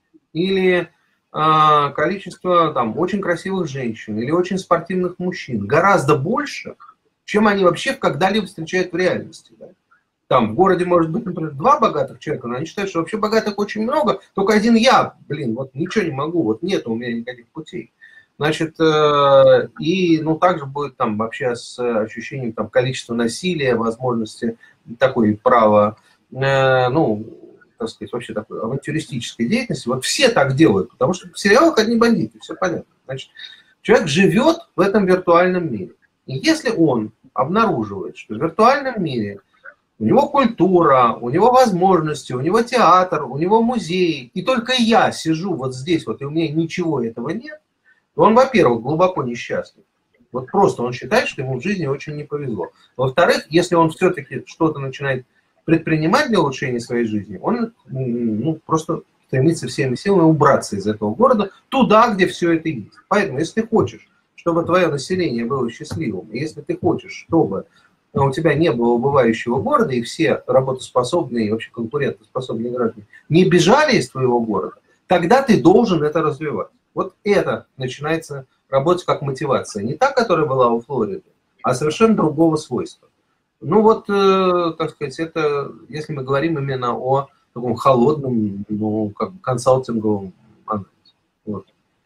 или э, количество там очень красивых женщин или очень спортивных мужчин гораздо больше, чем они вообще когда-либо встречают в реальности. Да? Там в городе может быть, например, два богатых человека, но они считают, что вообще богатых очень много, только один я, блин, вот ничего не могу, вот нет у меня никаких путей. Значит, э, и, ну, также будет там вообще с ощущением там количества насилия, возможности такой права, э, ну, так сказать, вообще такой авантюристической деятельности. Вот все так делают, потому что в сериалах одни бандиты, все понятно. Значит, человек живет в этом виртуальном мире. И если он обнаруживает, что в виртуальном мире у него культура, у него возможности, у него театр, у него музей, и только я сижу вот здесь, вот, и у меня ничего этого нет, то он, во-первых, глубоко несчастлив. Вот просто он считает, что ему в жизни очень не повезло. Во-вторых, если он все-таки что-то начинает предпринимать для улучшения своей жизни, он, ну, просто стремится всеми силами убраться из этого города туда, где все это есть. Поэтому, если ты хочешь, чтобы твое население было счастливым, и если ты хочешь, чтобы у тебя не было убывающего города, и все работоспособные и вообще конкурентоспособные граждане не бежали из твоего города, тогда ты должен это развивать. Вот это начинается работать как мотивация. Не та, которая была у Флориды, а совершенно другого свойства. Ну вот, э, так сказать, это, если мы говорим именно о таком холодном, ну, как бы консалтинговом анализе. Вот.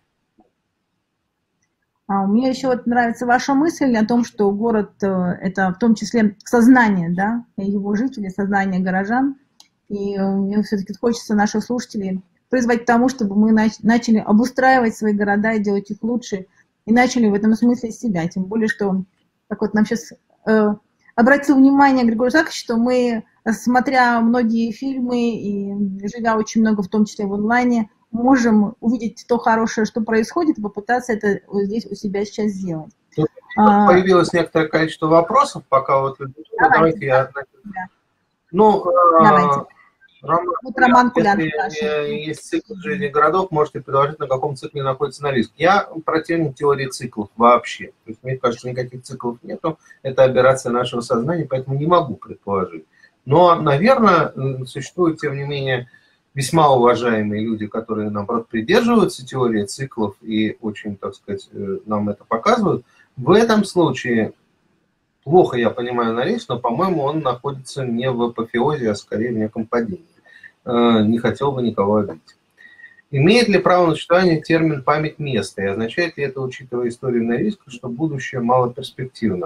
А мне еще вот нравится ваша мысль о том, что город – это в том числе сознание, да, его жителей, сознание горожан. И мне все-таки хочется наших слушателей призвать к тому, чтобы мы начали обустраивать свои города и делать их лучше, и начали в этом смысле себя. Тем более, что, как вот нам сейчас э, обратил внимание Григорий Исаакович, что мы, смотря многие фильмы и живя очень много, в том числе в онлайне, можем увидеть то хорошее, что происходит, и попытаться это вот здесь у себя сейчас сделать. Тут а, появилось некоторое количество вопросов, пока вот... Давайте, давайте я... Да. Ну, давайте. Роман, вот Роман Кулян, если есть цикл жизни городов, можете предложить, на каком цикле находится Норильск. Я противник теории циклов вообще. То есть, мне кажется, никаких циклов нету. Это аберрация нашего сознания, поэтому не могу предположить. Но, наверное, существуют, тем не менее, весьма уважаемые люди, которые, наоборот, придерживаются теории циклов и очень, так сказать, нам это показывают. В этом случае, плохо я понимаю Норильск, но, по-моему, он находится не в апофеозе, а скорее в неком падении. Не хотел бы никого обидеть. Имеет ли право на существование термин «память места» и означает ли это, учитывая историю Норильска, что будущее малоперспективно?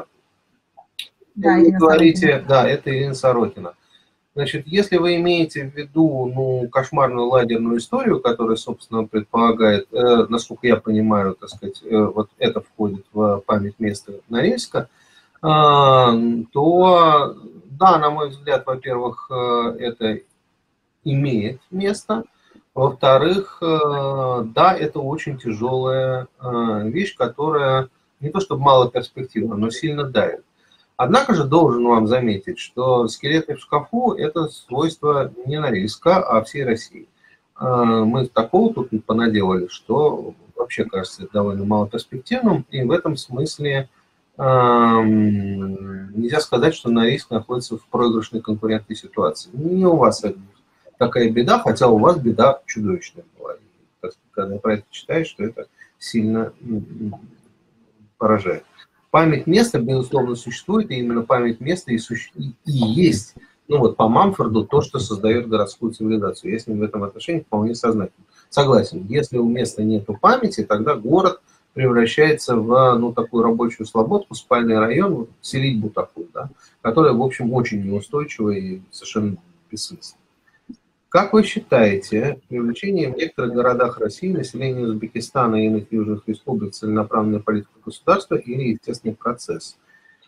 Да, вы говорите, да, это Ирина Сорокина. Значит, если вы имеете в виду, ну, кошмарную ладерную историю, которая, собственно, предполагает, э, насколько я понимаю, так сказать, э, вот это входит в память места Норильска, э, то, да, на мой взгляд, во-первых, э, это имеет место. Во-вторых, э, да, это очень тяжелая э, вещь, которая не то чтобы малоперспективна, но сильно давит. Однако же должен вам заметить, что скелеты в шкафу – это свойство не Норильска, а всей России. Мы такого тут понаделали, что вообще кажется довольно малоперспективным, и в этом смысле нельзя сказать, что Норильск находится в проигрышной конкурентной ситуации. Не у вас такая беда, хотя у вас беда чудовищная была. Когда про это читаешь, что это сильно поражает. Память места, безусловно, существует, и именно память места и, суще... и есть, ну вот по Мамфорду, то, что создает городскую цивилизацию. Я с ним в этом отношении вполне сознательно согласен. Если у места нет памяти, тогда город превращается в, ну, такую рабочую слободку, спальный район, вот, селитьбу такую, да, которая, в общем, очень неустойчивая и совершенно бессмысленная. Как вы считаете, привлечение в некоторых городах России населения Узбекистана и иных южных республик целенаправленная политика государства или естественный процесс?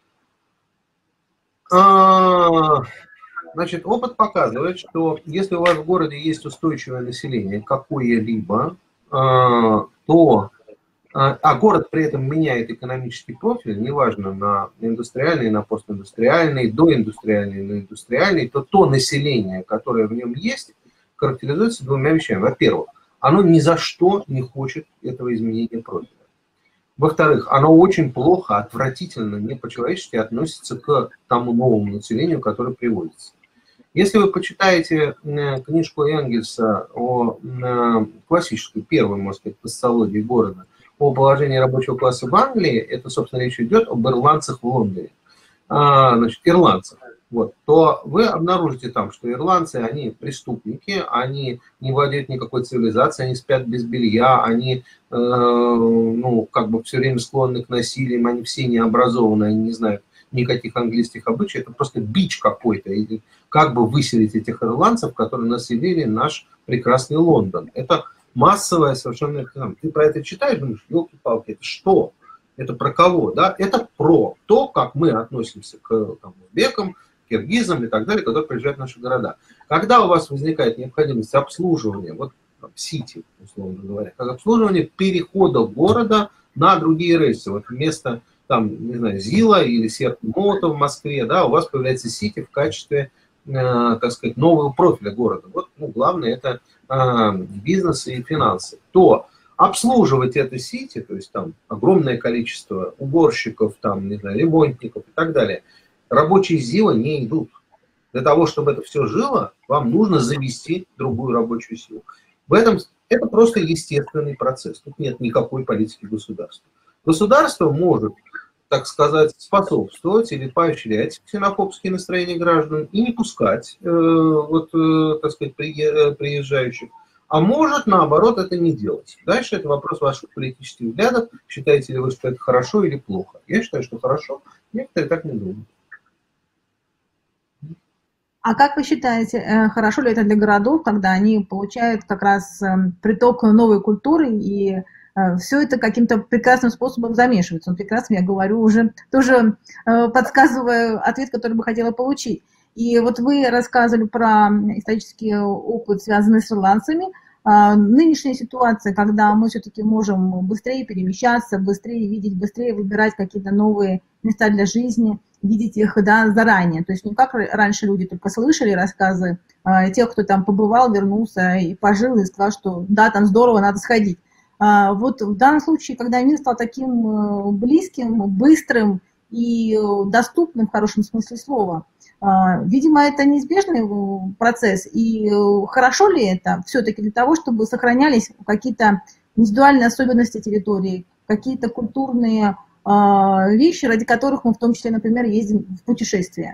А, значит, опыт показывает, что если у вас в городе есть устойчивое население какое-либо, а, то, а, а город при этом меняет экономический профиль, неважно на индустриальный, на постиндустриальный, доиндустриальный, на индустриальный, то то население, которое в нем есть, характеризуется двумя вещами. Во-первых, оно ни за что не хочет этого изменения профиля. Во-вторых, оно очень плохо, отвратительно, не по-человечески относится к тому новому населению, которое приводится. Если вы почитаете книжку Энгельса о классической, первой, можно сказать, социологии города, о положении рабочего класса в Англии, это, собственно, речь идет об ирландцах в Лондоне, значит, ирландцах. Вот, то вы обнаружите там, что ирландцы, они преступники, они не владеют никакой цивилизацией, они спят без белья, они, э, ну, как бы все время склонны к насилиям, они все необразованные, они не знают никаких английских обычаев, это просто бич какой-то, и как бы выселить этих ирландцев, которые населили наш прекрасный Лондон. Это массовое совершенно, ты про это читаешь, думаешь, елки-палки, это что? Это про кого? Да? Это про то, как мы относимся к там, узбекам, киргизам и так далее, которые приезжают в наши города. Когда у вас возникает необходимость обслуживания, вот там, сити, условно говоря, как обслуживание перехода города на другие рельсы, вот вместо там, не знаю, ЗИЛа или Серпухова в Москве, да, у вас появляется сити в качестве, э, так сказать, нового профиля города. Вот, ну, главное это э, бизнес и финансы. То обслуживать это сити, то есть там огромное количество уборщиков, там, не знаю, ремонтников и так далее, рабочие ЗИЛа не идут. Для того, чтобы это все жило, вам нужно завести другую рабочую силу. В этом это просто естественный процесс. Тут нет никакой политики государства. Государство может, так сказать, способствовать или поощрять ксенофобские настроения граждан и не пускать э, вот, э, так сказать, приезжающих, а может, наоборот, это не делать. Дальше это вопрос ваших политических взглядов. Считаете ли вы, что это хорошо или плохо? Я считаю, что хорошо. Некоторые так не думают. А как вы считаете, хорошо ли это для городов, когда они получают как раз приток новой культуры и все это каким-то прекрасным способом замешивается? Ну, прекрасно, я говорю, уже тоже подсказываю ответ, который бы хотела получить. И вот вы рассказывали про исторический опыт, связанный с ирландцами. Нынешняя ситуация, когда мы все-таки можем быстрее перемещаться, быстрее видеть, быстрее выбирать какие-то новые места для жизни, видеть их, да, заранее. То есть не как раньше люди только слышали рассказы а, тех, кто там побывал, вернулся и пожил, и сказал, что да, там здорово, надо сходить. А, вот в данном случае, когда мир стал таким близким, быстрым и доступным в хорошем смысле слова, а, видимо, это неизбежный процесс. И хорошо ли это все-таки для того, чтобы сохранялись какие-то индивидуальные особенности территории, какие-то культурные вещи, ради которых мы в том числе, например, ездим в путешествия?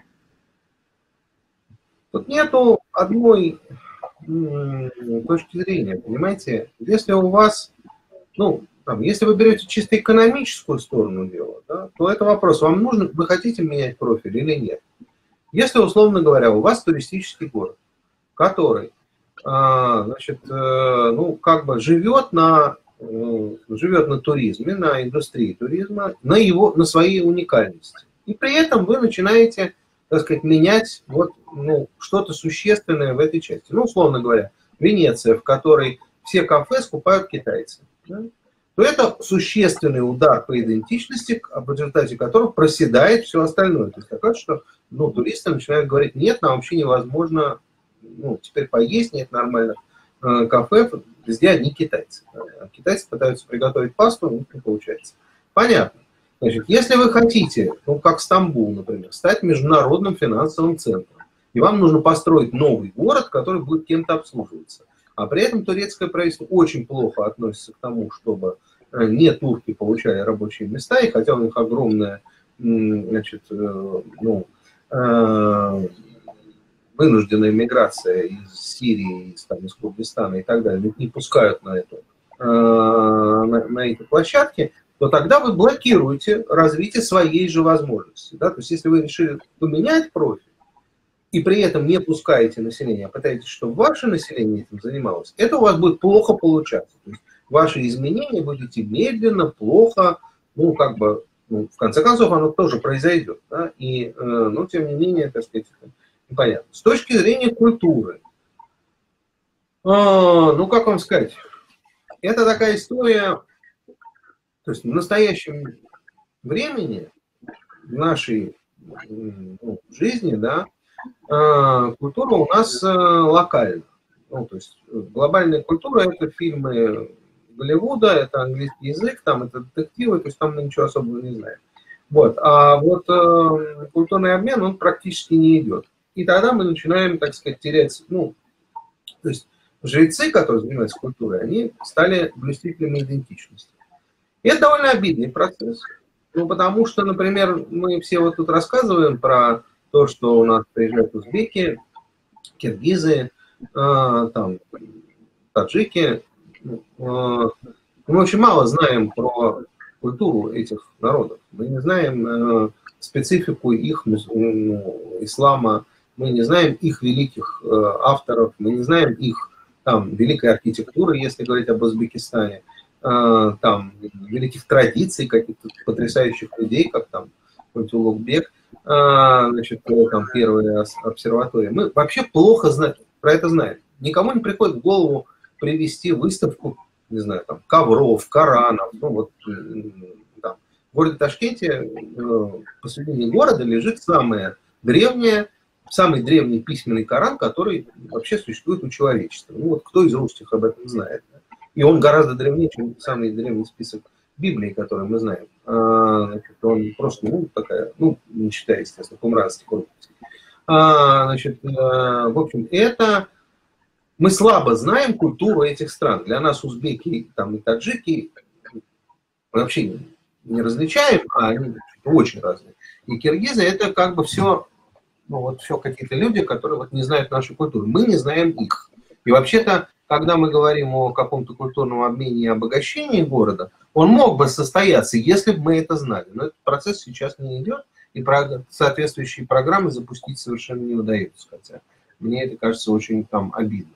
Тут нету одной точки зрения, понимаете? Если у вас, ну, там, если вы берете чисто экономическую сторону дела, да, то это вопрос, вам нужно, вы хотите менять профиль или нет? Если, условно говоря, у вас туристический город, который, значит, ну, как бы живет на живет на туризме, на индустрии туризма, на, его, на своей уникальности. И при этом вы начинаете, так сказать, менять вот, ну, что-то существенное в этой части. Ну, условно говоря, Венеция, в которой все кафе скупают китайцы. Да? То это существенный удар по идентичности, в результате которого проседает все остальное. То есть такое, что ну, туристы начинают говорить, нет, нам вообще невозможно ну, теперь поесть, нет нормальных э, кафе, везде одни китайцы. А китайцы пытаются приготовить пасту, у них не получается. Понятно. Значит, если вы хотите, ну, как Стамбул, например, стать международным финансовым центром, и вам нужно построить новый город, который будет кем-то обслуживаться, а при этом турецкое правительство очень плохо относится к тому, чтобы не турки получали рабочие места, и хотя у них огромная, значит, ну, вынужденная миграция из Сирии, из, там, из Курдистана и так далее, их не пускают на, эту, на, на эти площадки, то тогда вы блокируете развитие своей же возможности. Да? То есть если вы решили поменять профиль, и при этом не пускаете население, а пытаетесь, чтобы ваше население этим занималось, это у вас будет плохо получаться. То есть ваши изменения будете медленно, плохо, ну, как бы, ну, в конце концов, оно тоже произойдет. Да? И, ну, тем не менее, так сказать, это непонятно. С точки зрения культуры, ну, как вам сказать, это такая история, то есть в настоящем времени, в нашей, ну, жизни, да, культура у нас локальна. Ну, то есть глобальная культура — это фильмы Голливуда, это английский язык, там это детективы, то есть там мы ничего особого не знаем. Вот. А вот э, культурный обмен, он практически не идет. И тогда мы начинаем, так сказать, терять, ну, то есть жрецы, которые занимаются культурой, они стали блюстителями идентичности. И это довольно обидный процесс. Ну, потому что, например, мы все вот тут рассказываем про то, что у нас приезжают узбеки, киргизы, э, там, таджики. Э, мы очень мало знаем про культуру этих народов. Мы не знаем э, специфику их, ну, ислама, мы не знаем их великих э, авторов, мы не знаем их там великой архитектуры, если говорить об Узбекистане, э, там великих традиций, каких-то потрясающих людей, как там Улугбек, э, значит, там первая обсерватория. Мы вообще плохо знаем, про это знаем. Никому не приходит в голову привести выставку, не знаю, там, ковров, Коранов. Ну, вот, там. В городе Ташкенте посредине города лежит самая древняя, самый древний письменный Коран, который вообще существует у человечества. Ну, вот кто из русских об этом знает? Да? И он гораздо древнее, чем самый древний список Библии, который мы знаем. А, значит, он просто, ну, такая, ну, не считая, естественно, кумранских рукописей. А, значит, а, в общем, это... Мы слабо знаем культуру этих стран. Для нас узбеки там, и таджики мы вообще не различаем, а они очень разные. И киргизы — это как бы все, ну, вот все какие-то люди, которые вот не знают нашу культуру. Мы не знаем их. И вообще-то, когда мы говорим о каком-то культурном обмене и обогащении города, он мог бы состояться, если бы мы это знали. Но этот процесс сейчас не идет, и соответствующие программы запустить совершенно не удается. Хотя мне это кажется очень там обидно.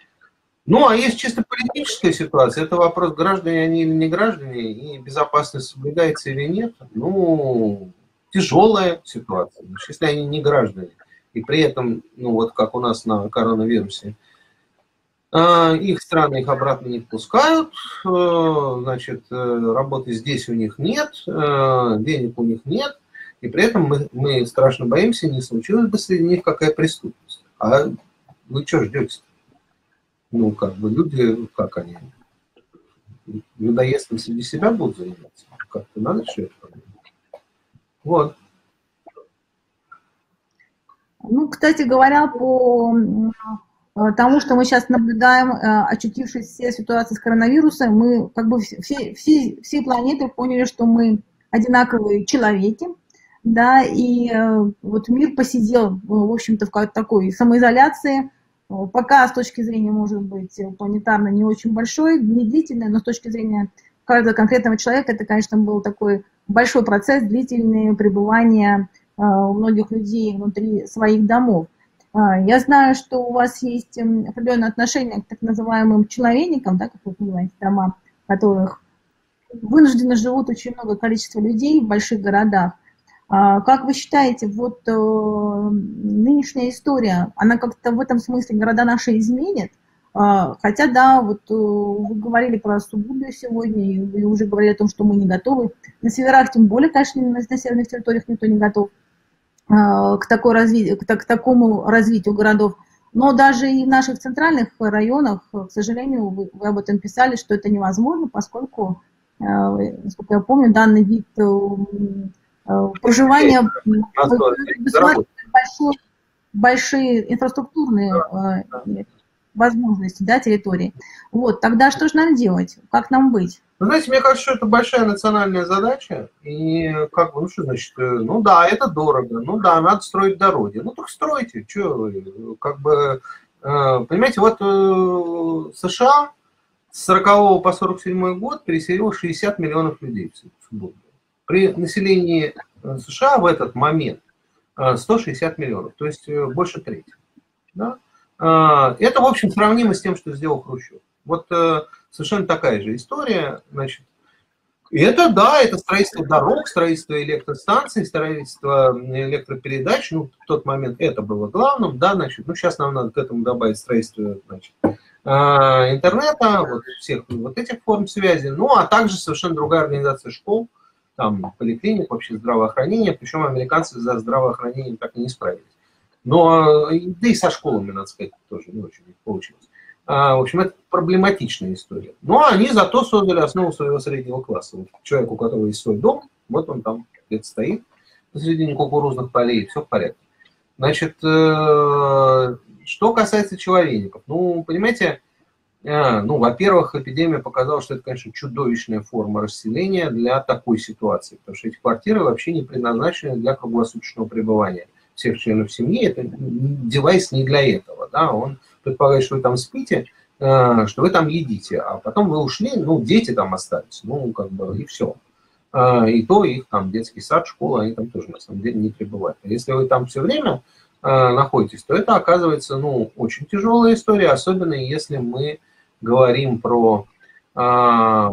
Ну, а есть чисто политическая ситуация. Это вопрос, граждане они или не граждане, и безопасность соблюдается или нет. Ну, тяжелая ситуация. Если они не граждане, и при этом, ну, вот как у нас на коронавирусе, их страны их обратно не пускают, значит, работы здесь у них нет, денег у них нет, и при этом мы, мы страшно боимся, не случилось бы среди них какая преступность. А вы что ждете-то? Ну, как бы люди, как они, людоедством среди себя будут заниматься? Как-то надо что это делать? Вот. Ну, кстати говоря, по тому, что мы сейчас наблюдаем, очутившись в всей ситуации с коронавирусом, мы как бы все, все, все планеты поняли, что мы одинаковые человеки, да, и вот мир посидел, в общем-то, в такой самоизоляции. Пока с точки зрения, может быть, планетарно не очень большой, не длительный, но с точки зрения каждого конкретного человека, это, конечно, был такой большой процесс, длительное пребывание у многих людей внутри своих домов. Я знаю, что у вас есть определенное отношение к так называемым человейникам, да, как вы называете, дома, в которых вынужденно живут очень много количества людей в больших городах. Как вы считаете, вот э, нынешняя история, она как-то в этом смысле города наши изменит? Э, хотя, да, вот э, вы говорили про Субудию сегодня, и вы уже говорили о том, что мы не готовы. На северах, тем более, конечно, на, на северных территориях никто не готов э, к, такой разви... к, к такому развитию городов. Но даже и в наших центральных районах, к сожалению, вы, вы об этом писали, что это невозможно, поскольку, э, насколько я помню, данный вид... Э, проживание, большой, большие инфраструктурные э, возможности, да, территории. Вот, тогда что же нам делать? Как нам быть? Вы знаете, мне кажется, что это большая национальная задача, и как бы, ну что значит, ну да, это дорого, ну да, надо строить дороги, ну так стройте, что, как бы, понимаете, вот США с сорокового по сорок седьмой год переселило шестьдесят миллионов людей в субботу. При населении США в этот момент сто шестьдесят миллионов, то есть больше трети. Да? Это, в общем, сравнимо с тем, что сделал Хрущев. Вот совершенно такая же история. Значит, и это, да, это строительство дорог, строительство электростанций, строительство электропередач. Ну, в тот момент это было главным, да, значит, ну, сейчас нам надо к этому добавить строительство, значит, интернета, вот всех вот этих форм связи, ну, а также совершенно другая организация школ, там, поликлиник, вообще здравоохранения, причем американцы за здравоохранением так и не справились. Но, да и со школами, надо сказать, тоже не очень получилось. А, в общем, это проблематичная история. Но они зато создали основу своего среднего класса. Вот человек, у которого есть свой дом, вот он там где-то стоит посредине кукурузных полей, все в порядке. Значит, э, что касается человейников, ну, понимаете, э, ну, во-первых, эпидемия показала, что это, конечно, чудовищная форма расселения для такой ситуации, потому что эти квартиры вообще не предназначены для круглосуточного пребывания всех членов семьи. Это девайс не для этого, да, он предполагает, что вы там спите, э, что вы там едите, а потом вы ушли, ну, дети там остались, ну, как бы, и все. И то их там детский сад, школа, они там тоже на самом деле не пребывают. А если вы там все время э, находитесь, то это оказывается, ну, очень тяжелая история, особенно если мы говорим про э,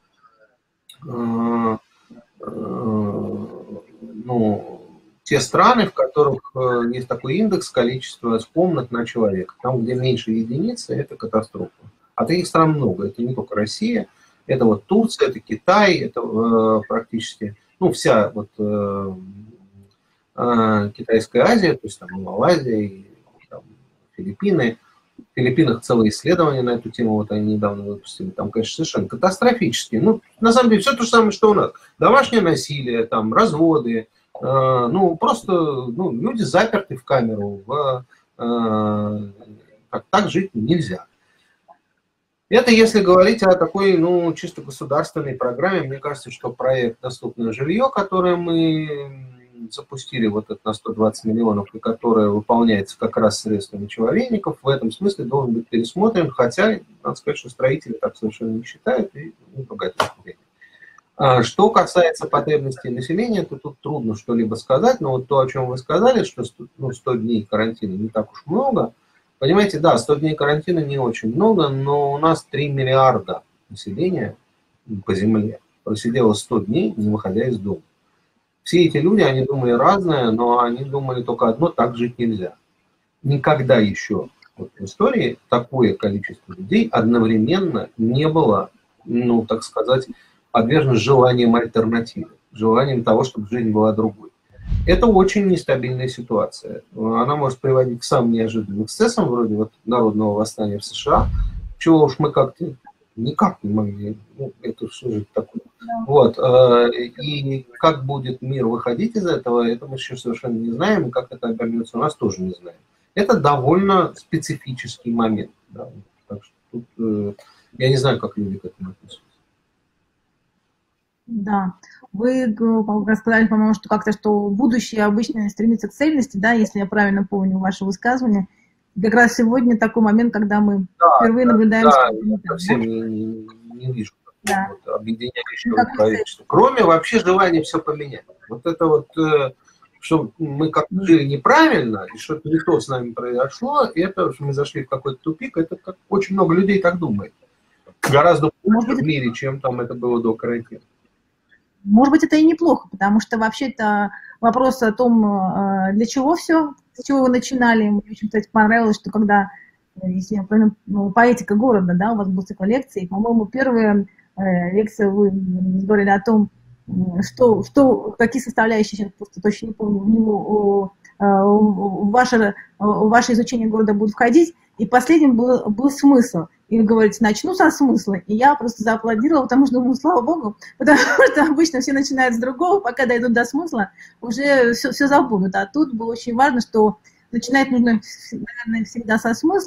э, э, ну, те страны, в которых э, есть такой индекс количества комнат на человека. Там, где меньше единицы, это катастрофа. А таких стран много. Это не только Россия. Это вот Турция, это Китай, это э, практически, ну, вся вот э, э, Китайская Азия, то есть там Малайзия, и, там, Филиппины. В Филиппинах целое исследование на эту тему, вот они недавно выпустили, там, конечно, совершенно катастрофические. Ну, на самом деле, все то же самое, что у нас. Домашнее насилие, там, разводы, э, ну, просто, ну, люди заперты в камеру, в, э, так, так жить нельзя. Это если говорить о такой, ну, чисто государственной программе. Мне кажется, что проект «Доступное жилье», который мы запустили вот это на сто двадцать миллионов, и которое выполняется как раз средствами человейников, в этом смысле должен быть пересмотрен, хотя, надо сказать, что строители так совершенно не считают, и ну, другая точка зрения. Что касается потребностей населения, то тут трудно что-либо сказать, но вот то, о чем вы сказали, что ну, сто дней карантина не так уж много. Понимаете, да, сто дней карантина не очень много, но у нас три миллиарда населения по земле просидело сто дней, не выходя из дома. Все эти люди, они думали разное, но они думали только одно: так жить нельзя. Никогда еще вот в истории такое количество людей одновременно не было, ну, так сказать, подвержено желаниям альтернативы, желаниям того, чтобы жизнь была другой. Это очень нестабильная ситуация. Она может приводить к самым неожиданным эксцессам, вроде вот народного восстания в США, чего уж мы как-то никак не могли. Ну, это что же такое? Да. Вот. И как будет мир выходить из этого, это мы еще совершенно не знаем, и как это обернется, у нас тоже не знаем. Это довольно специфический момент. Да. Так что тут я не знаю, как люди к этому относятся. Да, вы сказали, по-моему, что как-то, что будущее обычно стремится к цельности, да, если я правильно помню ваше высказывание. Как раз сегодня такой момент, когда мы да, впервые да, наблюдаем... Да, я совсем не, не, не вижу да. вот, объединяющего правительства. Кроме вообще желания все поменять. Вот это вот, что мы как-то жили неправильно, и что-то не то с нами произошло, и это, что мы зашли в какой-то тупик, это как очень много людей так думает. Гораздо больше в мире, чем там это было до карантина. Может быть, это и неплохо, потому что вообще-то вопрос о том, для чего все, с чего вы начинали. Мне очень, кстати, понравилось, что когда, если я правильно, ну, поэтика города, да, у вас был цикл лекций, по-моему, первая э, лекция вы говорили о том, что, что, какие составляющие, сейчас просто точно не помню, в него, в ваше, в ваше изучение города будут входить, и последним был, был смысл. И вы говорите, начну со смысла. И я просто зааплодировала, потому что думаю, слава богу, потому что обычно все начинают с другого, пока дойдут до смысла, уже все, все забудут. А тут было очень важно, что начинать нужно, наверное, всегда со смысла.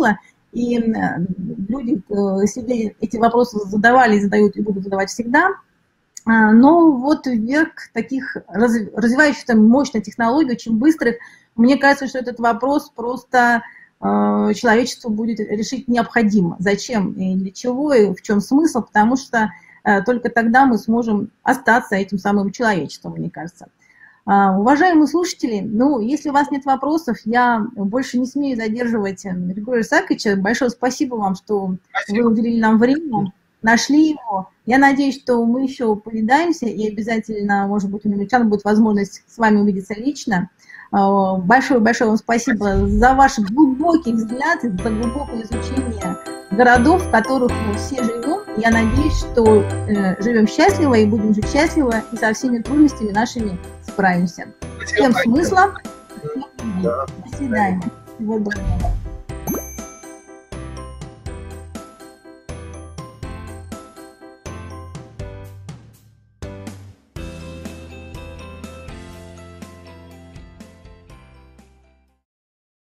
и люди себе эти вопросы задавали, задают и будут задавать всегда. Но вот вверх таких развивающихся мощных технологий, очень быстрых, мне кажется, что этот вопрос просто человечеству будет решить необходимо. Зачем и для чего, и в чем смысл, потому что только тогда мы сможем остаться этим самым человечеством, мне кажется. Уважаемые слушатели, ну, если у вас нет вопросов, я больше не смею задерживать Григория Исааковича. Большое спасибо вам, что спасибо. Вы уделили нам время, нашли его. Я надеюсь, что мы еще повидаемся, и обязательно, может быть, у минчан будет возможность с вами увидеться лично. Большое-большое вам спасибо, спасибо за ваш глубокий взгляд, за глубокое изучение городов, в которых мы все живем. Я надеюсь, что э, живем счастливо и будем жить счастливо, и со всеми трудностями нашими справимся. Всем смысла. До свидания. Всего доброго.